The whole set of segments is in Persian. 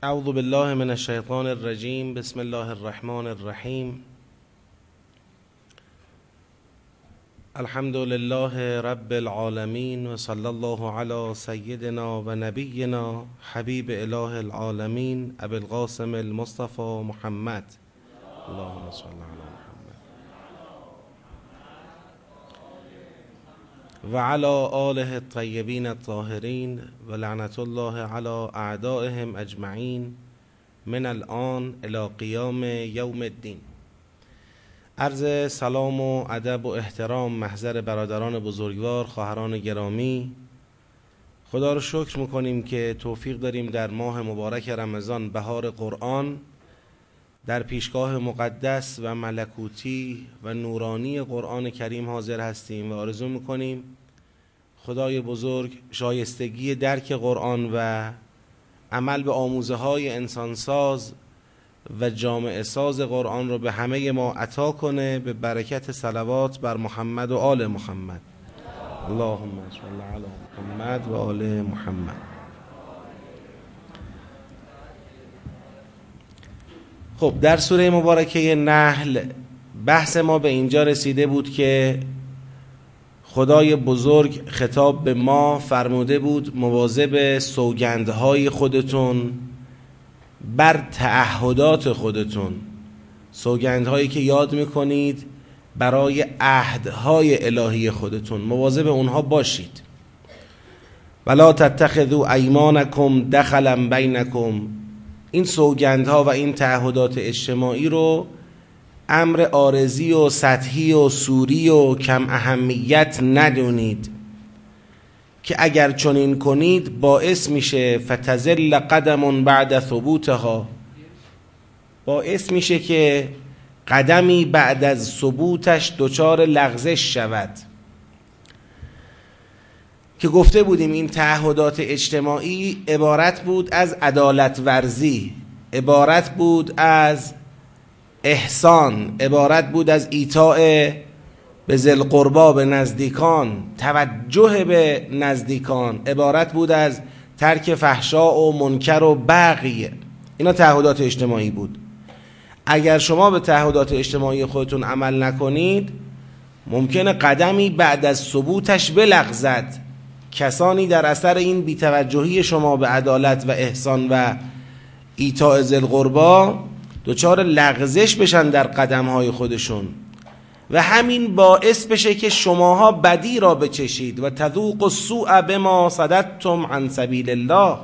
اعوذ بالله من الشیطان الرجیم. بسم الله الرحمن الرحیم. الحمد لله رب العالمین و صلی الله علی سیدنا و نبینا حبیب اله العالمین ابی القاسم المصطفى محمد. اللهم صل علی محمد و علی آله الطیبین الطاهرین و لعنت الله علی اعدائهم اجمعین من الان الی قیام یوم الدین. عرض سلام و ادب و احترام محضر برادران بزرگوار، خواهران گرامی. خدا رو شکر میکنیم که توفیق داریم در ماه مبارک رمضان، بهار قرآن، در پیشگاه مقدس و ملکوتی و نورانی قرآن کریم حاضر هستیم و آرزو میکنیم خدای بزرگ شایستگی درک قرآن و عمل به آموزه های انسانساز و جامعه ساز قرآن رو به همه ما عطا کنه به برکت صلوات بر محمد و آل محمد. اللهم صل علی محمد و آل محمد. خب، در سوره مبارکه نحل بحث ما به اینجا رسیده بود که خدای بزرگ خطاب به ما فرموده بود مواظب سوگندهای خودتون بر تعهدات خودتون، سوگندهایی که یاد میکنید برای عهدهای الهی خودتون، مواظب اونها باشید. ولا تتخذوا ایمانکم دخلا بینکم. این سوگندها و این تعهدات اجتماعی رو امر عارضی و سطحی و سوری و کم اهمیت ندونید که اگر چنین کنید باعث میشه فتزل قدم بعد ثبوتها، باعث میشه که قدمی بعد از ثبوتش دچار لغزش شود. که گفته بودیم این تعهدات اجتماعی عبارت بود از عدالت ورزی، عبارت بود از احسان، عبارت بود از ایتاء به ذی القربی، به نزدیکان، توجه به نزدیکان، عبارت بود از ترک فحشا و منکر و بغی. اینا تعهدات اجتماعی بود. اگر شما به تعهدات اجتماعی خودتون عمل نکنید ممکنه قدمی بعد از ثبوتش بلغزد. کسانی در اثر این بی‌توجهی شما به عدالت و احسان و ایتاء ذی القربی دچار لغزش بشن در قدم‌های خودشون و همین باعث بشه که شماها بدی را بچشید و تذوقوا السوء بما صددتم عن سبیل الله،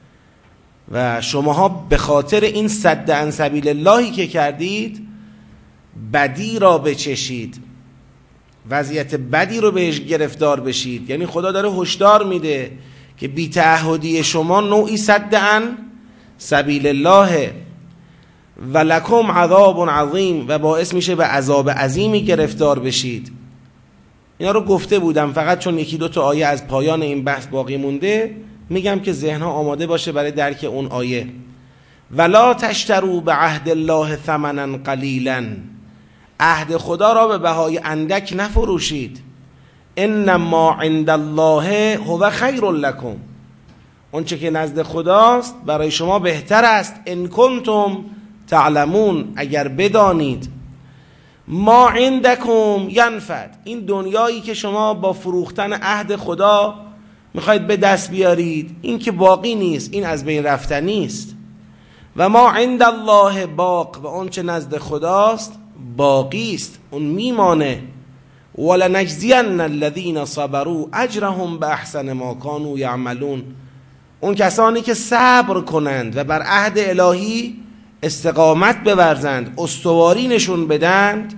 و شماها به خاطر این صد عن سبیل اللهی که کردید بدی را بچشید، وضعیت بدی رو بهش گرفتار بشید. یعنی خدا داره هشدار میده که بی‌تعهدی شما نوعی صد عن سبیل الله و لکم عذاب عظیم، و باعث میشه به عذاب عظیمی گرفتار بشید. اینا رو گفته بودم، فقط چون یکی دو تا آیه از پایان این بحث باقی مونده میگم که ذهنها آماده باشه برای درک اون آیه. ولا تشتروا بعهد الله ثمنا قلیلا. عهد خدا را به بهای اندک نفروشید. انما عند الله هو خیر لکم. اون چه که نزد خداست برای شما بهتر است. ان کنتم تعلمون، اگر بدانید. ما عندکم ینفد. این دنیایی که شما با فروختن عهد خدا میخواید به دست بیارید این که باقی نیست، این از بین رفتنی است. و ما عند الله باق. و اون چه نزد خداست باقی است، اون میمانه. ولنجزین الذین صبروا اجرهم باحسن ما كانوا یعملون. اون کسانی که صبر کنند و بر عهد الهی استقامت بورزند، استواری نشون بدند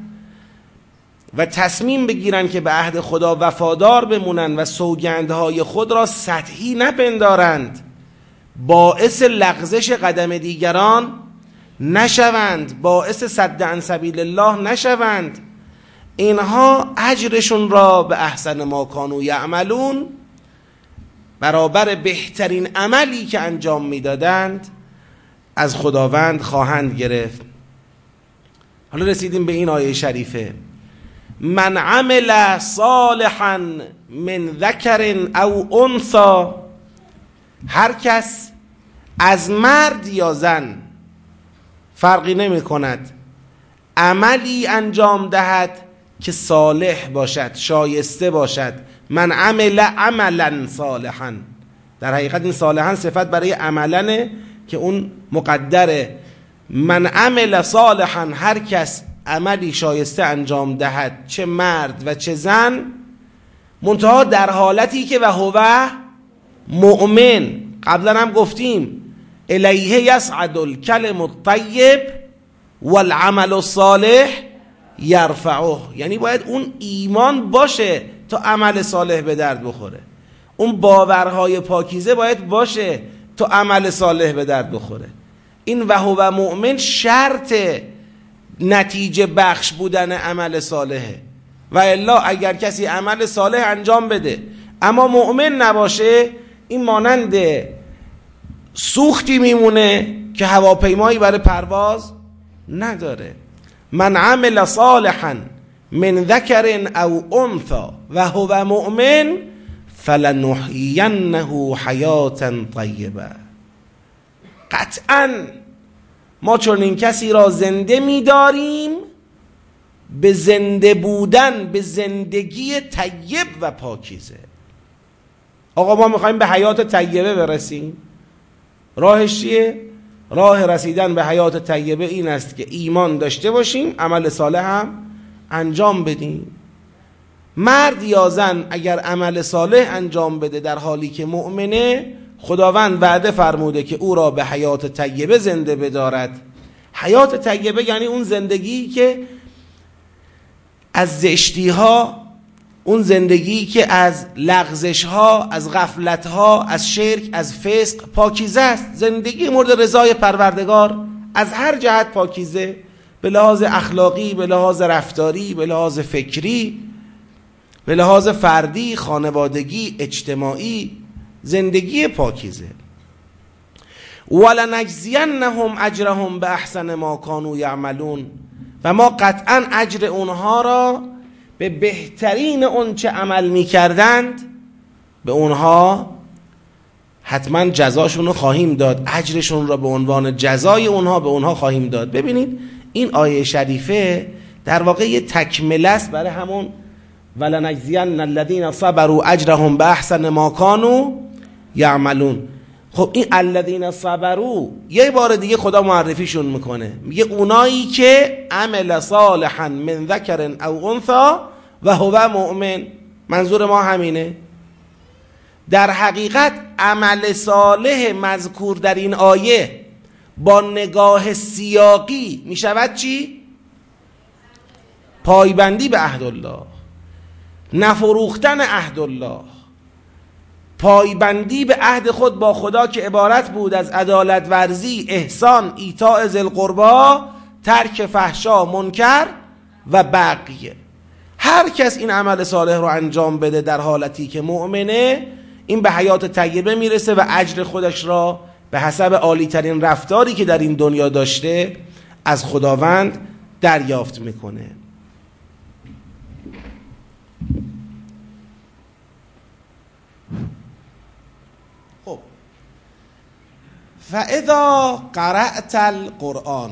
و تصمیم بگیرند که به عهد خدا وفادار بمونند و سوگندهای خود را سطحی نپندارند، باعث لغزش قدم دیگران نشوند، باعث صد عن سبیل الله نشوند، اینها اجرشون را به احسن ما کانوا یعملون، برابر بهترین عملی که انجام میدادند، از خداوند خواهند گرفت. حالا رسیدیم به این آیه شریفه: من عمل صالحا من ذکر او انثی. هر کس از مرد یا زن فرقی نمی کند، عملی انجام دهد که صالح باشد، شایسته باشد. من عمل عملا صالحا، در حقیقت این صالحا صفت برای عملنه که اون مقدره. من عمل صالحا، هر کس عملی شایسته انجام دهد، چه مرد و چه زن، منتها در حالتی که و هو مؤمن. قبلا هم گفتیم الیه یصعد الکلم الطیب والعمل الصالح یرفعه، یعنی باید اون ایمان باشه تا عمل صالح به درد بخوره، اون باورهای پاکیزه باید باشه تا عمل صالح به درد بخوره. این و هو مؤمن شرط نتیجه بخش بودن عمل صالحه، و الا اگر کسی عمل صالح انجام بده اما مؤمن نباشه، این مانند سوختی میمونه که هواپیمایی برای پرواز نداره. من عمل صالحا من ذکر او انثى و هو مؤمن فلنحیینه حیاتا طیبه. قطعا ما چون این کسی را زنده می‌داریم به زنده بودن، به زندگی طیب و پاکیزه. آقا ما میخوایم به حیات طیبه برسیم، راهش چیه؟ راه رسیدن به حیات طیبه این است که ایمان داشته باشیم، عمل صالح هم انجام بدیم. مرد یا زن اگر عمل صالح انجام بده در حالی که مؤمنه، خداوند وعده فرموده که او را به حیات طیبه زنده بدارد. حیات طیبه یعنی اون زندگی که از زشتی ها، اون زندگی که از لغزش ها، از غفلت ها، از شرک، از فسق پاکیزه است، زندگی مورد رضای پروردگار، از هر جهت پاکیزه، به لحاظ اخلاقی، به لحاظ رفتاری، به لحاظ فکری، به لحاظ فردی، خانوادگی، اجتماعی، زندگی پاکیزه. ولنجزینهم اجرهم باحسن ما كانوا یعملون، و ما قطعا اجر اونها را به بهترین اون چه عمل میکردند به اونها حتما جزاشون رو خواهیم داد، اجرشون را به عنوان جزای اونها به اونها خواهیم داد. ببینید این آیه شریفه در واقع یه تکمله است برای همون ولنجزین الذین صبروا اجرهم باحسن ما كانوا یعملون. خب این الذین صبروا یه بار دیگه خدا معرفیشون میکنه، میگه اونایی که عمل صالحا من ذکر او انثى و هو مؤمن. منظور ما همینه. در حقیقت عمل صالح مذکور در این آیه با نگاه سیاقی میشود چی؟ پایبندی به عهد الله، نفروختن عهد الله، پایبندی به عهد خود با خدا که عبارت بود از عدالت ورزی، احسان، ایتاء ذی القربی، ترک فحشا، منکر و بقیه. هر کس این عمل صالح رو انجام بده در حالتی که مؤمنه، این به حیات طیبه میرسه و اجر خودش را به حسب عالی ترین رفتاری که در این دنیا داشته از خداوند دریافت میکنه. خب فاذا قرأت القرآن،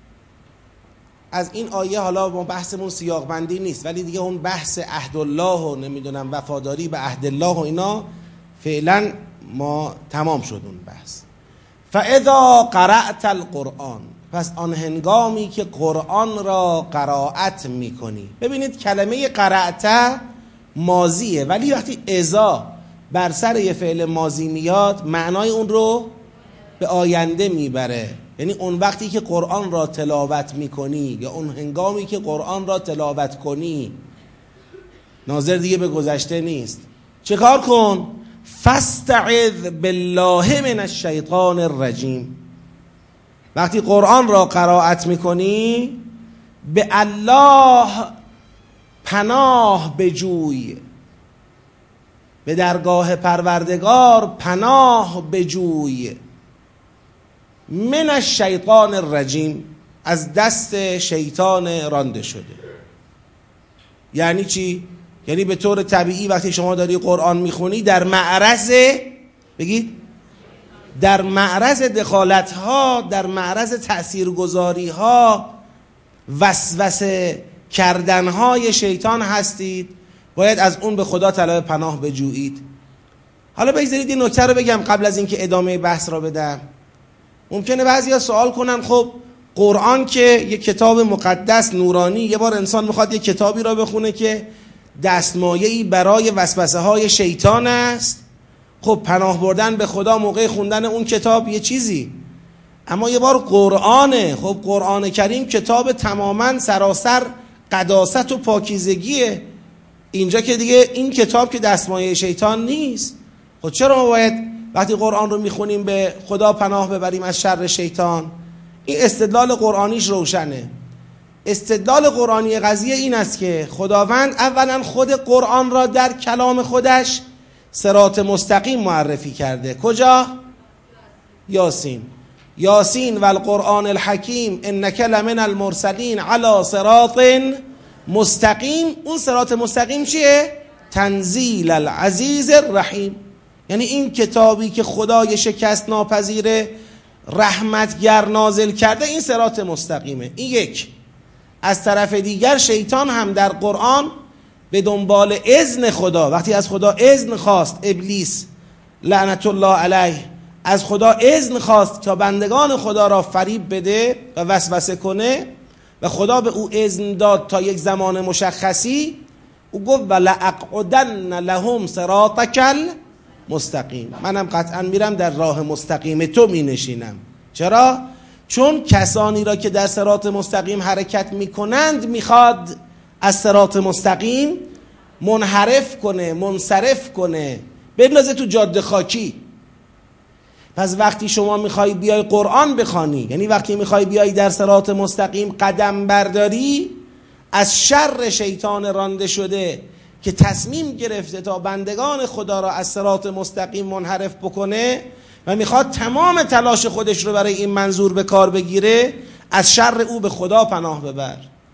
از این آیه حالا ما بحثمون سیاق بندی نیست، ولی دیگه اون بحث عهد الله و نمیدونم وفاداری به عهد الله و اینا فعلا ما تمام شد اون بحث. فاذا قرأت القرآن، پس آن هنگامی که قرآن را قرائت میکنی. ببینید کلمه قرأت ماضیه، ولی وقتی اذا بر سر یه فعل ماضی میاد معنای اون رو به آینده میبره. یعنی اون وقتی که قرآن را تلاوت میکنی یا اون هنگامی که قرآن را تلاوت کنی، ناظر دیگه به گذشته نیست. چه کار کن؟ فاستعذ بالله من الشیطان الرجیم. وقتی قرآن را قرائت میکنی به الله پناه بجوی، به درگاه پروردگار پناه بجوی. من الشیطان الرجیم، از دست شیطان رانده شده. یعنی چی؟ یعنی به طور طبیعی وقتی شما داری قرآن میخونی در معرض، بگید در معرض دخالت‌ها، در معرض تأثیرگذاری‌ها، وسوسه کردن‌های شیطان هستید، باید از اون به خدا طلب پناه بجویید. حالا بگذارید این نکته رو بگم قبل از اینکه ادامه بحث را بدم. ممکنه بعضیا سوال کنن خب قرآن که یک کتاب مقدس نورانی، یه بار انسان میخواد یک کتابی را بخونه که دستمایه‌ای برای وسوسه های شیطان است، خب پناه بردن به خدا موقع خوندن اون کتاب یه چیزی، اما یه بار قرآنه. خب قرآن کریم کتاب تماما سراسر قداست و پاکیزگیه، اینجا که دیگه این کتاب که دستمایه شیطان نیست. خب چرا ما باید وقتی قرآن رو میخونیم به خدا پناه ببریم از شر شیطان؟ این استدلال قرآنیش روشنه. استدلال قرآنی قضیه این است که خداوند اولا خود قرآن را در کلام خودش صراط مستقیم معرفی کرده. کجا؟ یاسین. یاسین و القرآن الحکیم انک لمن المرسلین علی صراط مستقیم. اون صراط مستقیم چیه؟ تنزیل العزیز الرحیم، یعنی این کتابی که خدای شکست ناپذیر رحمتگر نازل کرده، این صراط مستقیمه. این یک. از طرف دیگر شیطان هم در قرآن به دنبال اذن خدا، وقتی از خدا اذن خواست، ابلیس لعنت الله علیه از خدا اذن خواست تا بندگان خدا را فریب بده و وسوسه کنه و خدا به او اذن داد تا یک زمان مشخصی، او گفت ولأقعدن لهم صراطک المستقیم، منم قطعا میرم در راه مستقیم تو می نشینم. چرا؟ چون کسانی را که در صراط مستقیم حرکت میکنند میخواد از صراط مستقیم منحرف کنه، منصرف کنه، بندازه تو جاده خاکی. پس وقتی شما میخوای بیای قرآن بخوانی، یعنی وقتی میخوای بیای در صراط مستقیم قدم برداری، از شر شیطان رانده شده که تصمیم گرفته تا بندگان خدا را از صراط مستقیم منحرف بکنه و میخواد تمام تلاش خودش رو برای این منظور به کار بگیره، از شر او به خدا پناه ببر.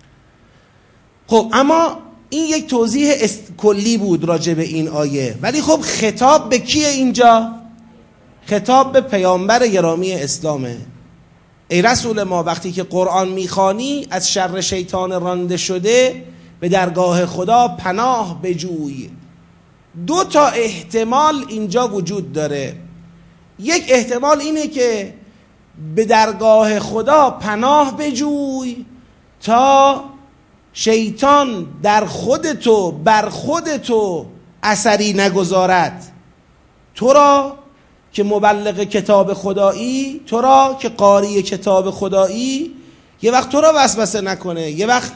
خب اما این یک توضیح کلی بود راجع به این آیه، ولی خب خطاب به کیه اینجا؟ خطاب به پیامبر گرامی اسلامه. ای رسول ما، وقتی که قرآن میخوانی از شر شیطان رانده شده به درگاه خدا پناه بجوی. دو تا احتمال اینجا وجود داره. یک احتمال اینه که به درگاه خدا پناه بجوی تا شیطان در خودتو بر خودتو اثری نگذارد، تو را که مبلغ کتاب خدایی، تو را که قاری کتاب خدایی، یه وقت تو را وسوسه نکنه، یه وقت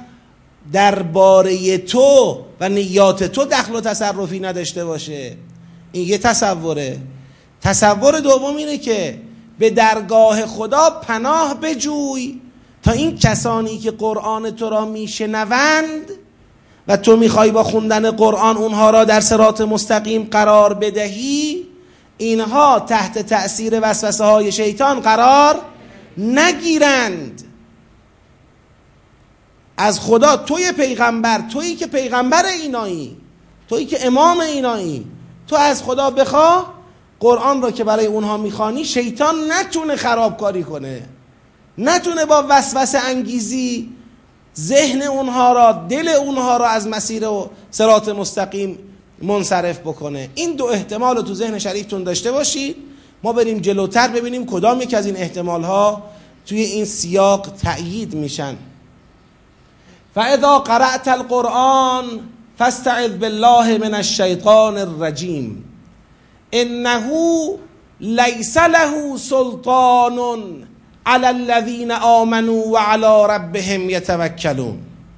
درباره تو و نیات تو دخل و تصرفی نداشته باشه. این یه تصوره. تصور دوم اینه که به درگاه خدا پناه بجوی تا این کسانی که قرآن تو را میشنوند و تو میخوای با خوندن قرآن اونها را در صراط مستقیم قرار بدهی، اینها تحت تأثیر وسوسه های شیطان قرار نگیرند. از خدا، توی پیغمبر، تویی که پیغمبر اینایی، تویی که امام اینایی، تو از خدا بخواه قرآن را که برای اونها میخوانی شیطان نتونه خرابکاری کنه، نتونه با وسوسه انگیزی ذهن اونها را، دل اونها را از مسیر و صراط مستقیم منصرف بکنه. این دو احتمال رو تو ذهن شریفتون داشته باشید. ما بریم جلوتر ببینیم کدام یک از این احتمال ها توی این سیاق تأیید میشن. فاذا قرأت القرآن فاستعذ بالله من الشیطان الرجیم انه لیس له سلطان علی الذین آمنوا وعلی ربهم یتوکلون.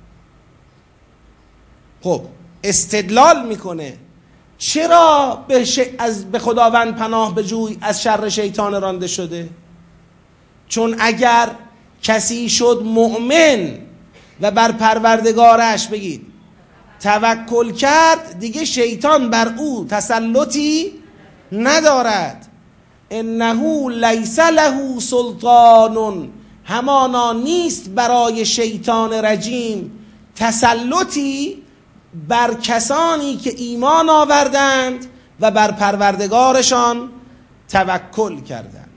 خب استدلال میکنه چرا به خداوند پناه بجوی از شر شیطان رانده شده. چون اگر کسی شد مؤمن و بر پروردگارش بگید توکل کرد، دیگه شیطان بر او تسلطی ندارد. انه لیس له سلطان، همانا نیست برای شیطان رجیم تسلطی بر کسانی که ایمان آوردند و بر پروردگارشان توکل کردند.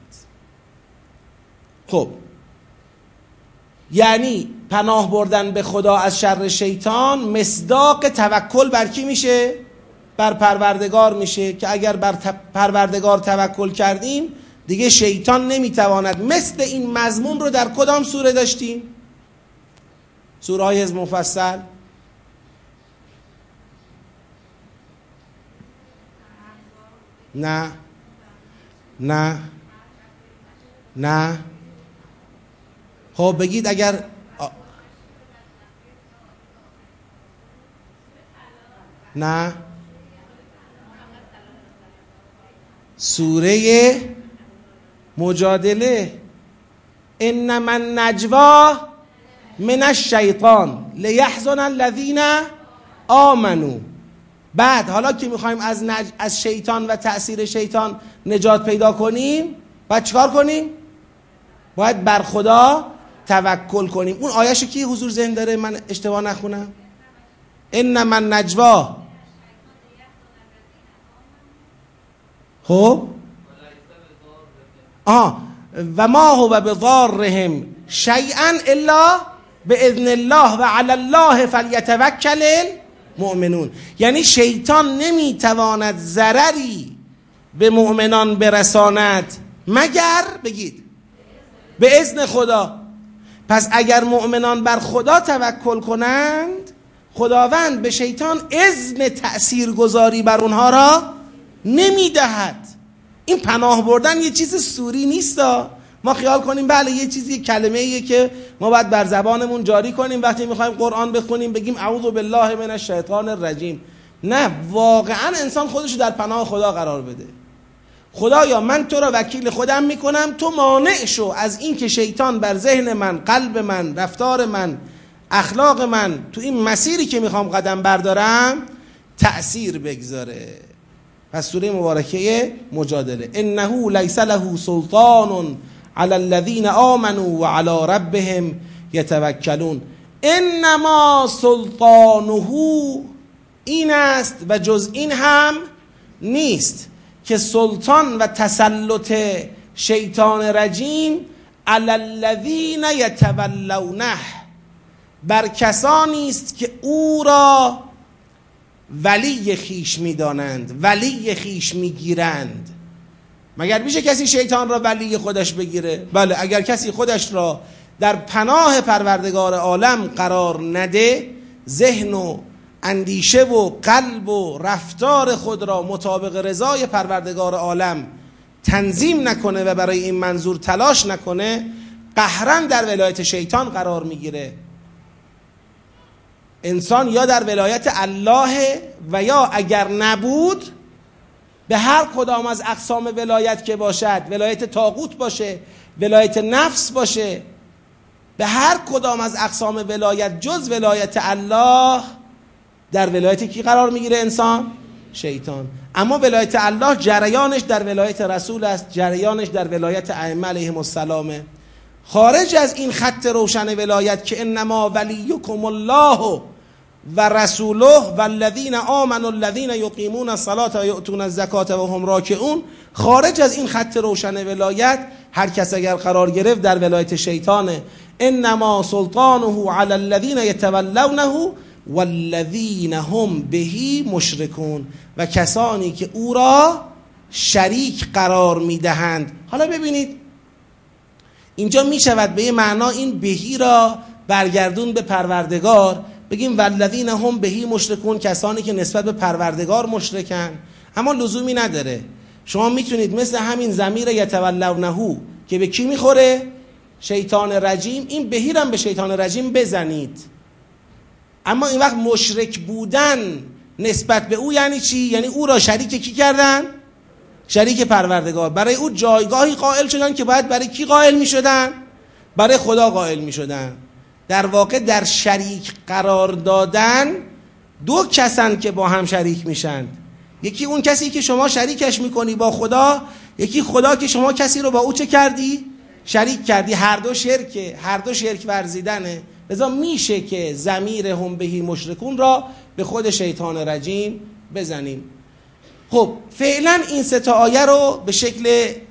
خب یعنی پناه بردن به خدا از شر شیطان مصداق توکل بر کی میشه؟ بر پروردگار میشه، که اگر بر پروردگار توکل کردیم دیگه شیطان نمیتواند. مثل این مضمون رو در کدام سوره داشتیم؟ سوره های حزب مفصل. نه نه نه. خب بگید اگر نه. سوره مجادله. انما النجوا من الشیطان لیحزن الذین آمنوا. بعد حالا که میخوایم از شیطان و تأثیر شیطان نجات پیدا کنیم باید چیکار کنیم؟ باید بر خدا توکل کنیم. اون آیه‌شو کی حضور ذهن داره من اشتباه نخونم؟ انما النجوا. خب و ما هو بضارهم شیئا الا باذن الله و علی الله فلیتوکل المؤمنون. یعنی شیطان نمیتواند ضرری به مؤمنان برساند مگر بگید به اذن خدا. پس اگر مؤمنان بر خدا توکل کنند خداوند به شیطان اذن تأثیرگذاری بر اونها را نمیدهد. این پناه بردن یه چیز سوری نیستا. ما خیال کنیم بله یه چیزی کلمه ایه که ما باید بر زبانمون جاری کنیم وقتی میخوایم قرآن بخونیم بگیم اعوذ بالله من الشیطان الرجیم. نه، واقعا انسان خودشو در پناه خدا قرار بده. خدایا من تو را وکیل خودم میکنم، تو مانع شو از این که شیطان بر ذهن من، قلب من، رفتار من، اخلاق من تو این مسیری که میخوام قدم بردارم تأثیر بگذاره. پس سوره مبارکه مجادله انه لیس له سلطان علی الذین آمنوا و علی ربهم یتوکلون. انما سلطانه این است و جز این هم نیست که سلطان و تسلط شیطان رجیم علی الذین یتولونه بر کسانی است که او را ولی خیش میدانند، ولی خیش میگیرند. مگر میشه کسی شیطان را ولی خودش بگیره؟ بله، اگر کسی خودش را در پناه پروردگار عالم قرار نده، ذهن و اندیشه و قلب و رفتار خود را مطابق رضای پروردگار عالم تنظیم نکنه و برای این منظور تلاش نکنه، قهرا در ولایت شیطان قرار میگیره. انسان یا در ولایت الله و یا اگر نبود به هر کدام از اقسام ولایت که باشد، ولایت طاغوت باشه، ولایت نفس باشه، به هر کدام از اقسام ولایت جز ولایت الله در ولایت کی قرار میگیره انسان؟ شیطان. اما ولایت الله جریانش در ولایت رسول است، جریانش در ولایت ائمه علیهم السلام. خارج از این خط روشن ولایت که انما ولیکم الله و رسوله و الذین آمنوا الذین یقیمون الصلاة و یؤتون الزکاة و هم راکعون، خارج از این خط روشن ولایت هر کس اگر قرار گرفت در ولایت شیطانه. انما سلطانه علی الذین یتولونه والذین هم به مشرکون، و کسانی که او را شریک قرار میدهند. حالا ببینید اینجا میشود به یه معنا این بهی را برگردون به پروردگار، بگیم والذین هم بهی مشرکون، کسانی که نسبت به پروردگار مشرکن. اما لزومی نداره. شما میتونید مثل همین ضمیر یتولونه که به کی میخوره؟ شیطان رجیم، این بهی را به شیطان رجیم بزنید. اما این وقت مشرک بودن نسبت به او یعنی چی؟ یعنی او را شریک کی کردن؟ شریک پروردگار. برای او جایگاهی قائل شدن که باید برای کی قائل می شدن؟ برای خدا قائل می شدن. در واقع در شریک قرار دادن دو کسن که با هم شریک میشن. یکی اون کسی که شما شریکش میکنی با خدا، یکی خدا که شما کسی رو با او چه کردی؟ شریک کردی. هر دو شرکه، هر دو شرک ورزیدنه. لذا میشه که ضمیر هم بهی مشرکون را به خود شیطان رجیم بزنیم. خب فعلا این سه تا آیه رو به شکل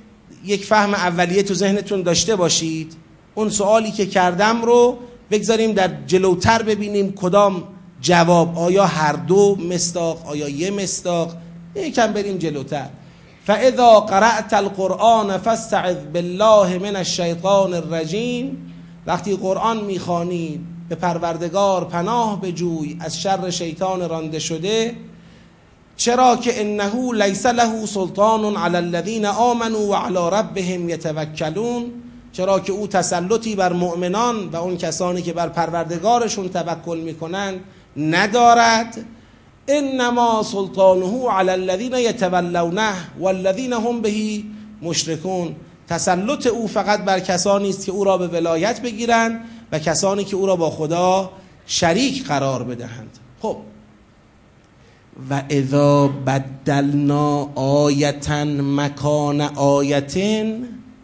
یک فهم اولیه تو ذهنتون داشته باشید. اون سوالی که کردم رو بگذاریم در جلوتر ببینیم کدام جواب، آیا هر دو مصداق، آیا یه مصداق. یکم بریم جلوتر. فاذا قرأت القرآن فاستعذ بالله من الشیطان الرجیم. وقتی قرآن میخوانید به پروردگار پناه بجوی از شر شیطان رانده شده. چرا که انه لیس له سلطان علی الذین آمنوا وعلی ربهم یتوکلون. چرا که او تسلطی بر مؤمنان و اون کسانی که بر پروردگارشون توکل میکنن ندارد. انما سلطانه علی الذین یتولونه والذین هم به مشرکون. تسلط او فقط بر کسانی است که او را به ولایت بگیرند و کسانی که او را با خدا شریک قرار بدهند. خب و اذا بدلنا آیة مکان آیة،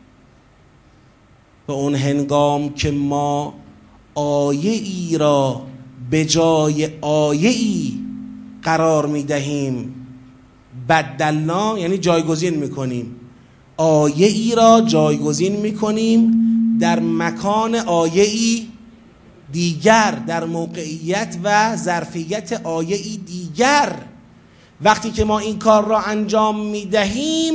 به اون هنگام که ما آیه ای را به جای آیه ای قرار می دهیم. بدلنا یعنی جایگزین می کنیم، آیه ای را جایگزین می کنیم در مکان آیه ای دیگر، در موقعیت و ظرفیت آیه ای دیگر. وقتی که ما این کار را انجام می دهیم،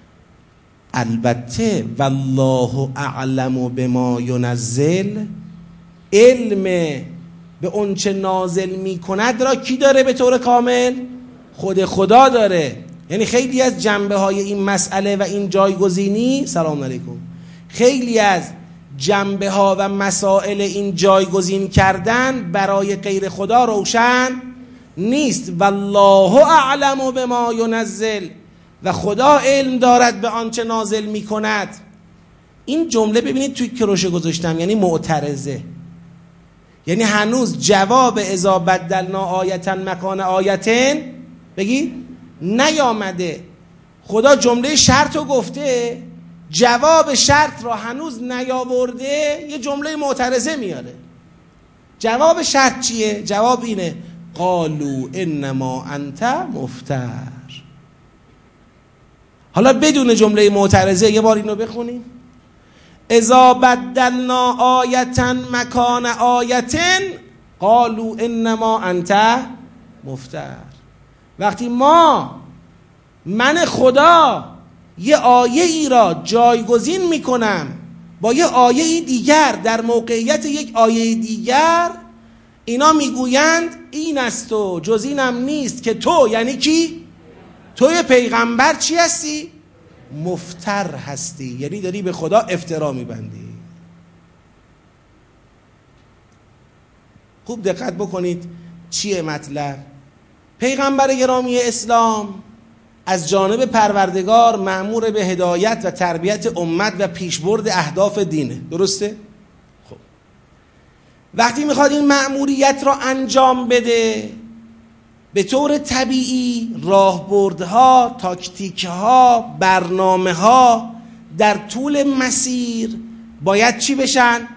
البته والله اعلم بما ینزل، علم به اون چه نازل می کند را کی داره به طور کامل؟ خود خدا داره. یعنی خیلی از جنبه های این مسئله و این جایگزینی، سلام علیکم، خیلی از جنبه ها و مسائل این جایگزین کردن برای غیر خدا روشن نیست. والله اعلم بما ینزل، و خدا علم دارد به آنچه نازل می کند. این جمله ببینید توی کروشه گذاشتم، یعنی معترضه، یعنی هنوز جواب اذا بدلنا آیة مکان آیة بگید نیامده. خدا جمله شرط رو گفته، جواب شرط را هنوز نیاورده، یه جمله معترضه میاره. جواب شرط چیه؟ جواب اینه قالوا انما انت مفتر. حالا بدون جمله معترضه یه بار اینو بخونیم. اذا بدلنا آیة مکان آیة قالوا انما انت مفتر. وقتی من خدا یه آیه ای را جایگزین میکنم با یه آیه ای دیگر در موقعیت یک آیه دیگر، اینا میگویند این است و جز اینم نیست که تو، یعنی کی؟ توی پیغمبر چی هستی؟ مفتر هستی، یعنی داری به خدا افترا میبندی. خوب دقت بکنید چیه مطلب. پیغمبر گرامی اسلام از جانب پروردگار مأمور به هدایت و تربیت امت و پیشبرد اهداف دینه، درسته؟ خب وقتی میخواد این مأموریت را انجام بده، به طور طبیعی راهبردها، تاکتیکها، برنامه‌ها در طول مسیر باید چی بشن؟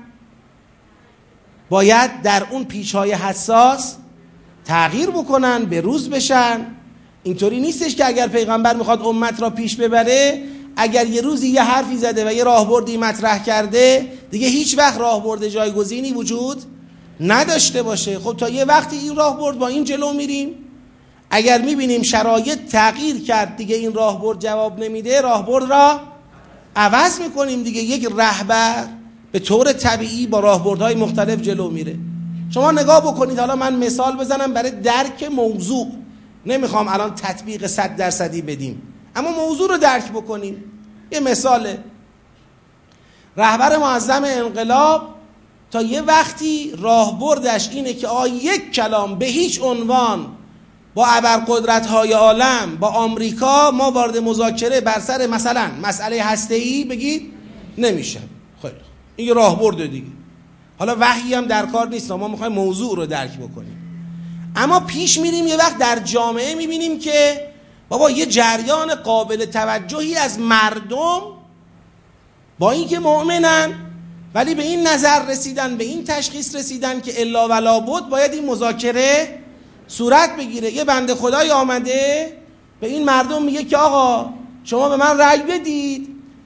باید در اون پیچ‌های حساس تغییر بکنن، به روز بشن. اینطوری نیستش که اگر پیغمبر میخواد امت را پیش ببره، اگر یه روزی یه حرفی زده و یه راهبردی مطرح کرده، دیگه هیچ وقت راهبرد جایگزینی وجود نداشته باشه. خب تا یه وقتی این راهبرد با این جلو میریم، اگر میبینیم شرایط تغییر کرد، دیگه این راهبرد جواب نمیده، راهبرد را عوض میکنیم دیگه. یک رهبر به طور طبیعی با راهبردهای مختلف جلو میره. شما نگاه بکنید، حالا من مثال بزنم برای درک موضوع، نمیخوام الان تطبیق 100% بدیم، اما موضوع رو درک بکنیم. یه مثاله، رهبر معظم انقلاب تا یه وقتی راهبردش اینه که یک کلام به هیچ عنوان با ابرقدرت‌های عالم، با آمریکا ما وارد مذاکره بر سر مثلا مسئله هسته‌ای بگید نمیشه. خیلی این یه راهبرد دیگه. حالا وحی هم در کار نیست، ما میخوایم موضوع رو درک بکنیم. اما پیش میریم یه وقت در جامعه میبینیم که بابا یه جریان قابل توجهی از مردم با اینکه مؤمنن ولی به این نظر رسیدن، به این تشخیص رسیدن که الا ولا بد باید این مذاکره صورت بگیره. یه بنده خدای آمده به این مردم میگه که آقا شما به من رأی بدید،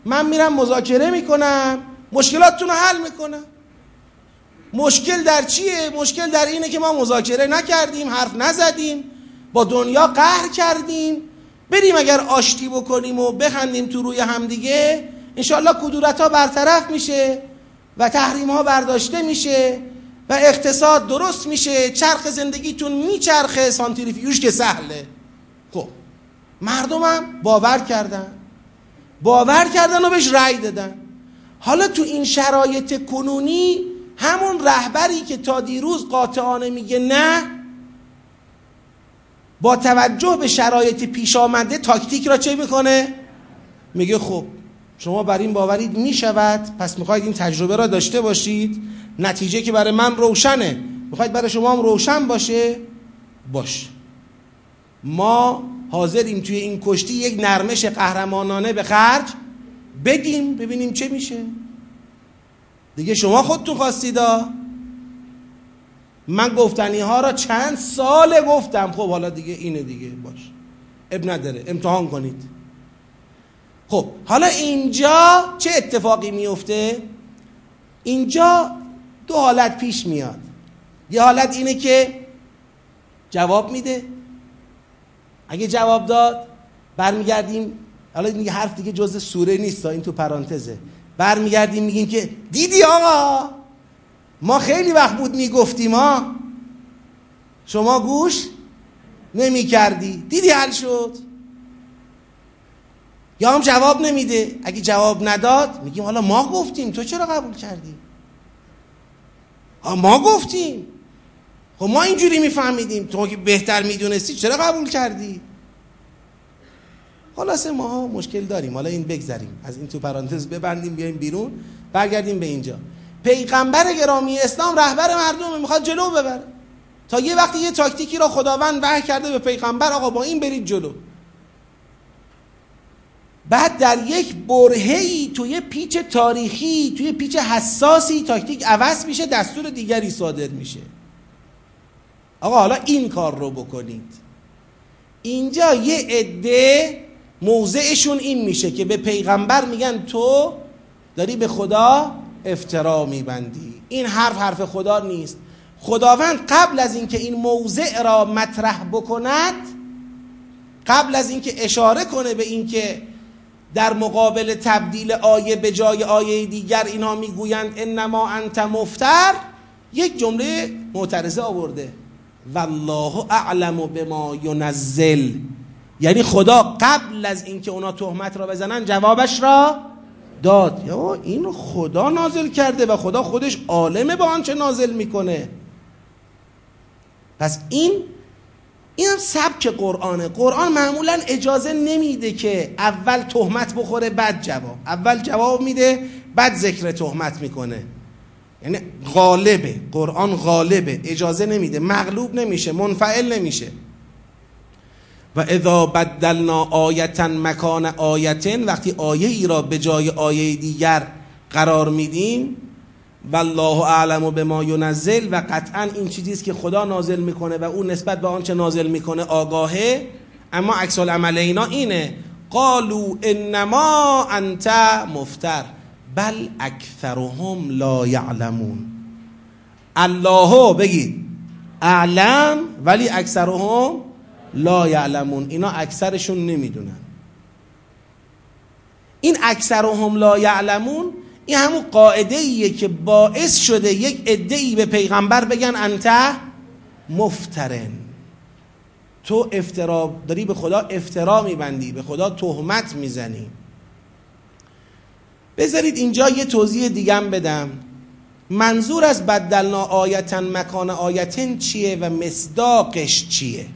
من میرم مذاکره میکنم، مشکلاتتون رو حل میکنم. مشکل در چیه؟ مشکل در اینه که ما مذاکره نکردیم، حرف نزدیم، با دنیا قهر کردیم. بریم اگر آشتی بکنیم و بخندیم تو روی همدیگه، انشالله کدورت ها برطرف میشه و تحریم ها برداشته میشه و اقتصاد درست میشه، چرخ زندگیتون میچرخه، سانتریفیوژ که سهله. خب مردم هم باور کردن و بهش رأی دادن. حالا تو این شرایط کنونی همون رهبری که تا دیروز قاطعانه میگه نه، با توجه به شرایط پیش آمده تاکتیک را چه میکنه؟ میگه خب شما بر این باورید میشود، پس میخواید این تجربه را داشته باشید، نتیجه که برای من روشنه، میخواید برای شما هم روشن باشه؟ باش، ما حاضریم توی این کشتی یک نرمش قهرمانانه به خرج بدیم، ببینیم چه میشه. دیگه شما خودتون خواستیدا، من گفتنی ها را چند ساله گفتم، خب حالا دیگه اینه دیگه، باش اب نداره، امتحان کنید. خب حالا اینجا چه اتفاقی میفته؟ اینجا دو حالت پیش میاد. یه حالت اینه که جواب میده، اگه جواب داد برمیگردیم، حالا این حرف دیگه جزء سوره نیست، این تو پرانتزه، برمیگردیم میگیم که دیدی آقا ما خیلی وقت بود میگفتیم ها، شما گوش نمی کردی، دیدی حل شد. یا هم جواب نمیده، اگه جواب نداد میگیم حالا ما گفتیم تو چرا قبول کردی؟ ما گفتیم، خب ما اینجوری میفهمیدیم، تو که بهتر میدونستی چرا قبول کردی؟ خلاصه ما مشکل داریم. حالا این بگذاریم، از این تو پرانتز ببندیم، بیایم بیرون، برگردیم به اینجا. پیغمبر گرامی اسلام رهبر مردمه، میخواد جلو ببره. تا یه وقتی یه تاکتیکی را خداوند وحی کرده به پیغمبر، آقا با این برید جلو. بعد در یک برهه‌ای، توی پیچ تاریخی، توی پیچ حساسی، تاکتیک عوض میشه، دستور دیگری صادر میشه. آقا حالا این کار رو بکنید. اینجا یه عده موضعشون این میشه که به پیغمبر میگن تو داری به خدا افترا میبندی، این حرف خدا نیست. خداوند قبل از اینکه این موضع را مطرح بکند، قبل از اینکه اشاره کنه به اینکه در مقابل تبدیل آیه به جای آیه دیگر اینها میگویند انما انت مفتر، یک جمله معترضه آورده، والله اعلم بما ینزل. یعنی خدا قبل از اینکه اونا تهمت را بزنن جوابش را داد. یا این خدا نازل کرده و خدا خودش عالمه با آنچه نازل میکنه. پس این هم سبک قرآنه. قرآن معمولا اجازه نمیده که اول تهمت بخوره بعد جواب، اول جواب میده بعد ذکر تهمت میکنه. یعنی غالبه، قرآن غالبه، اجازه نمیده، مغلوب نمیشه، منفعل نمیشه. و اذا بدلنا آیتا مکان آیتن، وقتی آیه ای را به جای آیه دیگر قرار میدیم، والله اعلم بما ینزل، و قطعا این چیزیست که خدا نازل میکنه و اون نسبت به آنچه نازل میکنه آگاهه. اما عکس العمل اینا اینه، قالوا انما انت مفتر بل اکثرهم لا یعلمون. الله بگید اعلم ولی اکثرهم لا یعلمون، اینا اکثرشون نمیدونن. این اکثرهم لا یعلمون این همون قاعده ایه که باعث شده یک عده‌ای به پیغمبر بگن انت مفترن، تو افترا داری، به خدا افترا میبندی، به خدا تهمت میزنی. بذارید اینجا یه توضیح دیگم بدم. منظور از بدلنا آیتن مکان آیتن چیه و مصداقش چیه؟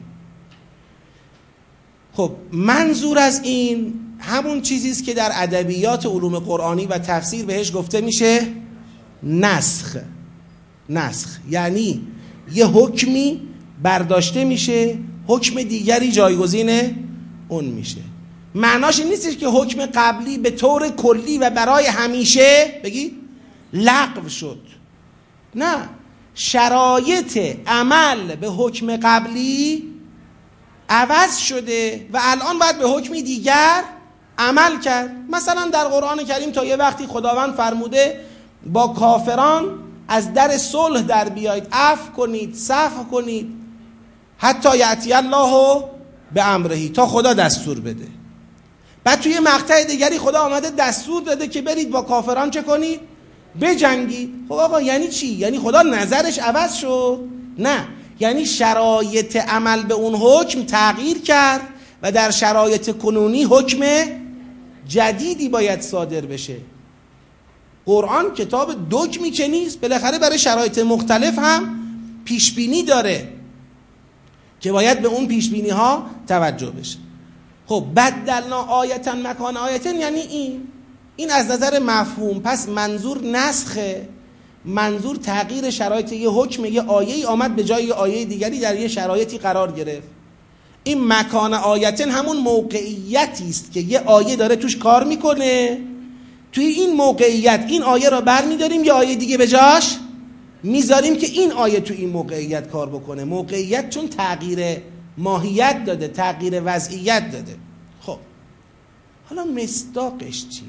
خب منظور از این همون چیزیست که در ادبیات علوم قرآنی و تفسیر بهش گفته میشه نسخ. نسخ یعنی یه حکمی برداشته میشه، حکم دیگری جایگزین اون میشه. معناش این نیستش که حکم قبلی به طور کلی و برای همیشه بگید لغو شد، نه، شرایط عمل به حکم قبلی عوض شده و الان باید به حکمی دیگر عمل کرد. مثلا در قرآن کریم تا یه وقتی خداوند فرموده با کافران از در صلح در بیایید، عفو کنید، صفح کنید، حتی یأتی الله به امره، تا خدا دستور بده. بعد توی مقطع دیگری خدا آمده دستور داده که برید با کافران چه کنید؟ بجنگید. خب آقا یعنی چی؟ یعنی خدا نظرش عوض شد؟ نه، یعنی شرایط عمل به اون حکم تغییر کرد و در شرایط کنونی حکم جدیدی باید صادر بشه. قرآن کتاب دگمی که نیست، بالاخره برای شرایط مختلف هم پیشبینی داره که باید به اون پیشبینی ها توجه بشه. خب بدلنا آیتا مکان آیتن یعنی این از نظر مفهوم. پس منظور نسخه، منظور تغییر شرایط یه حکم، یه آیه‌ای آمد به جای یه آیه دیگری در یه شرایطی قرار گرفت. این مکان آیتن همون موقعیتی است که یه آیه داره توش کار میکنه، توی این موقعیت این آیه را برمیداریم یه آیه دیگه به جاش میذاریم که این آیه توی این موقعیت کار بکنه. موقعیت چون تغییر ماهیت داده، تغییر وضعیت داده. خب حالا مصداقش چیه؟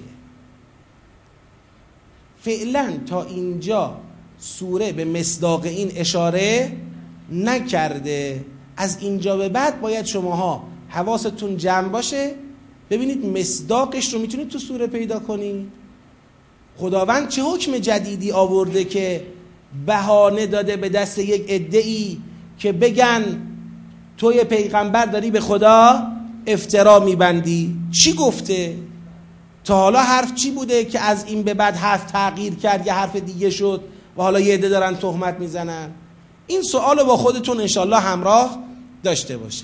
فعلا تا اینجا سوره به مصداق این اشاره نکرده. از اینجا به بعد باید شماها حواستون جمع باشه، ببینید مصداقش رو میتونید تو سوره پیدا کنید. خداوند چه حکم جدیدی آورده که بهانه داده به دست یک عده‌ای که بگن توی پیغمبر داری به خدا افترا میبندی؟ چی گفته؟ تا حالا حرف چی بوده که از این به بعد حرف تغییر کرد، یه حرف دیگه شد و حالا یه عده دارن تهمت میزنن؟ این سوال رو با خودتون انشالله همراه داشته باشید.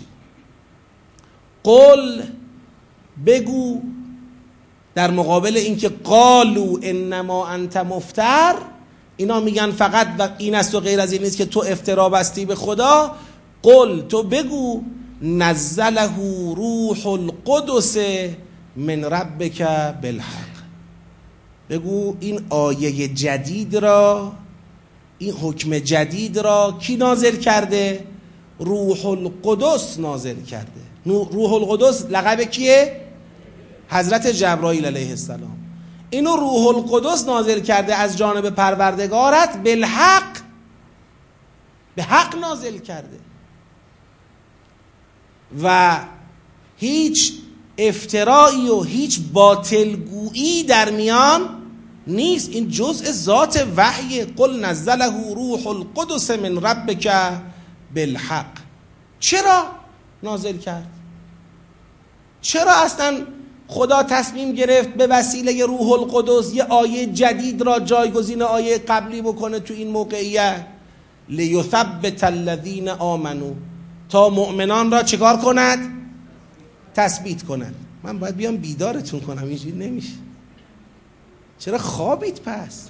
قل، بگو، در مقابل اینکه قالو انما انت مفتر، اینا میگن فقط و این است و غیر از این نیست که تو افترا بستی به خدا. قل، تو بگو، نزله روح القدس من ربک بالحق، بگو این آیه جدید را، این حکم جدید را کی نازل کرده؟ روح القدس نازل کرده. روح القدس لقب کیه؟ حضرت جبرائیل علیه السلام. اینو روح القدس نازل کرده از جانب پروردگارت، بالحق، به حق نازل کرده و هیچ افترایی و هیچ باطلگویی در میان نیست. این جزء ذات وحی. قل نزله روح القدس من ربک بالحق. چرا نازل کرد؟ چرا اصلا خدا تصمیم گرفت به وسیله روح القدس یه آیه جدید را جایگزین آیه قبلی بکنه تو این موقعیت؟ لیثبت الذین آمنوا، تا مؤمنان را چکار کند؟ تثبیت کند. من باید بیام بیدارتون کنم، اینجوری نمیشه. چرا خوابید پس؟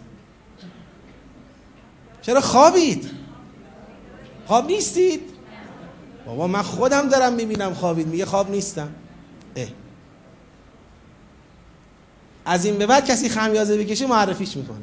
چرا خوابید؟ خواب نیستید؟ بابا من خودم دارم میبینم خوابید، میگه خواب نیستم. از این به بعد کسی خمیازه بکشه معرفیش میکنم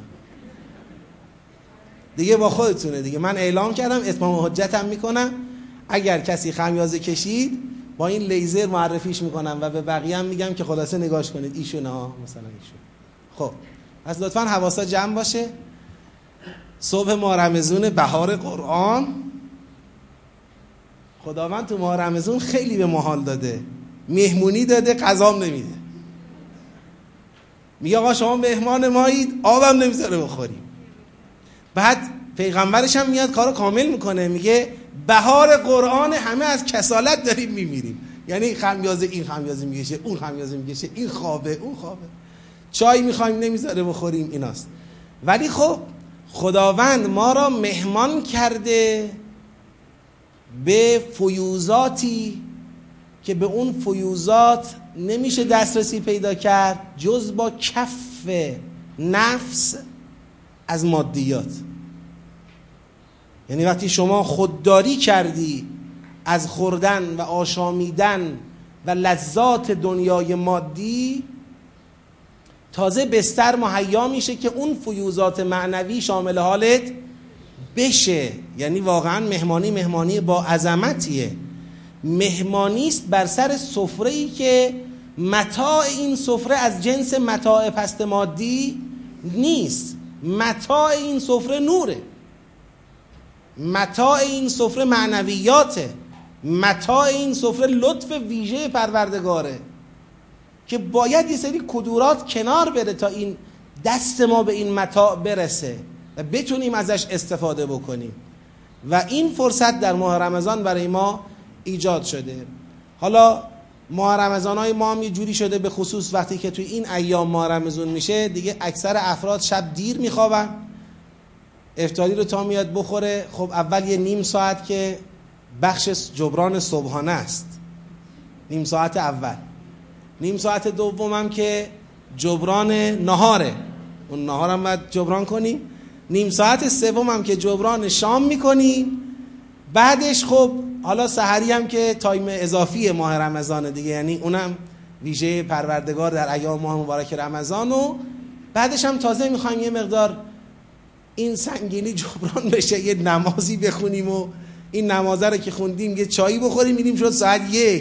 دیگه، با خودتونه دیگه. من اعلام کردم، اتمام حجتم میکنم. اگر کسی خمیازه کشید با این لیزر معرفیش میکنم و به بقیه هم میگم که خلاصه نگاش کنید ایشونه ها، مثلا ایشون. خب پس لطفا حواسا جمع باشه. صبح ماه رمضان، بهار قرآن، خداوند تو ماه رمضان خیلی به ما حال داده، مهمونی داده، غذام نمیده. میگه آقا شما مهمان مایید، آبم نمیذاره بخوریم. بعد پیغمبرش هم میاد کارو کامل میکنه، میگه بهار قرآن، همه از کسالت داریم میمیریم. یعنی خمیازه، این خمیازه میکشه، اون خمیازه میکشه، این خوابه، اون خوابه، چای میخوایم نمیذاره بخوریم، ایناست. ولی خب خداوند ما را مهمان کرده به فیوزاتی که به اون فیوزات نمیشه دسترسی پیدا کرد جز با کف نفس از مادیات. یعنی وقتی شما خودداری کردی از خوردن و آشامیدن و لذات دنیای مادی، تازه بستر مهیا میشه که اون فیوزات معنوی شامل حالت بشه. یعنی واقعا مهمانی با عظمتیه. مهمانیست بر سر سفره‌ای که متاع این سفره از جنس متاع پست مادی نیست. متاع این سفره نوره، متاع این سفره معنویاته، متاع این سفره لطف ویژه پروردگاره که باید یه سری کدورات کنار بره تا این دست ما به این متاع برسه و بتونیم ازش استفاده بکنیم و این فرصت در ماه رمضان برای ما ایجاد شده. حالا ماه رمضان های ما هم یه جوری شده، به خصوص وقتی که توی این ایام ماه رمضان میشه دیگه اکثر افراد شب دیر میخوابن، افطاری رو تا میاد بخوره، خب اول یه نیم ساعت که بخش جبران صبحانه است، نیم ساعت اول، نیم ساعت دومم که جبران نهاره، اون نهارم باید جبران کنیم، نیم ساعت سومم که جبران شام میکنیم، بعدش خب حالا سحری هم که تایم اضافی ماه رمضان دیگه، یعنی اونم ویژه پروردگار در ایام ماه مبارک رمضان، و بعدش هم تازه میخوایم یه مقدار این سنگینی جبران بشه، یه نمازی بخونیم و این نمازه رو که خوندیم یه چایی بخوریم، میریم شد ساعت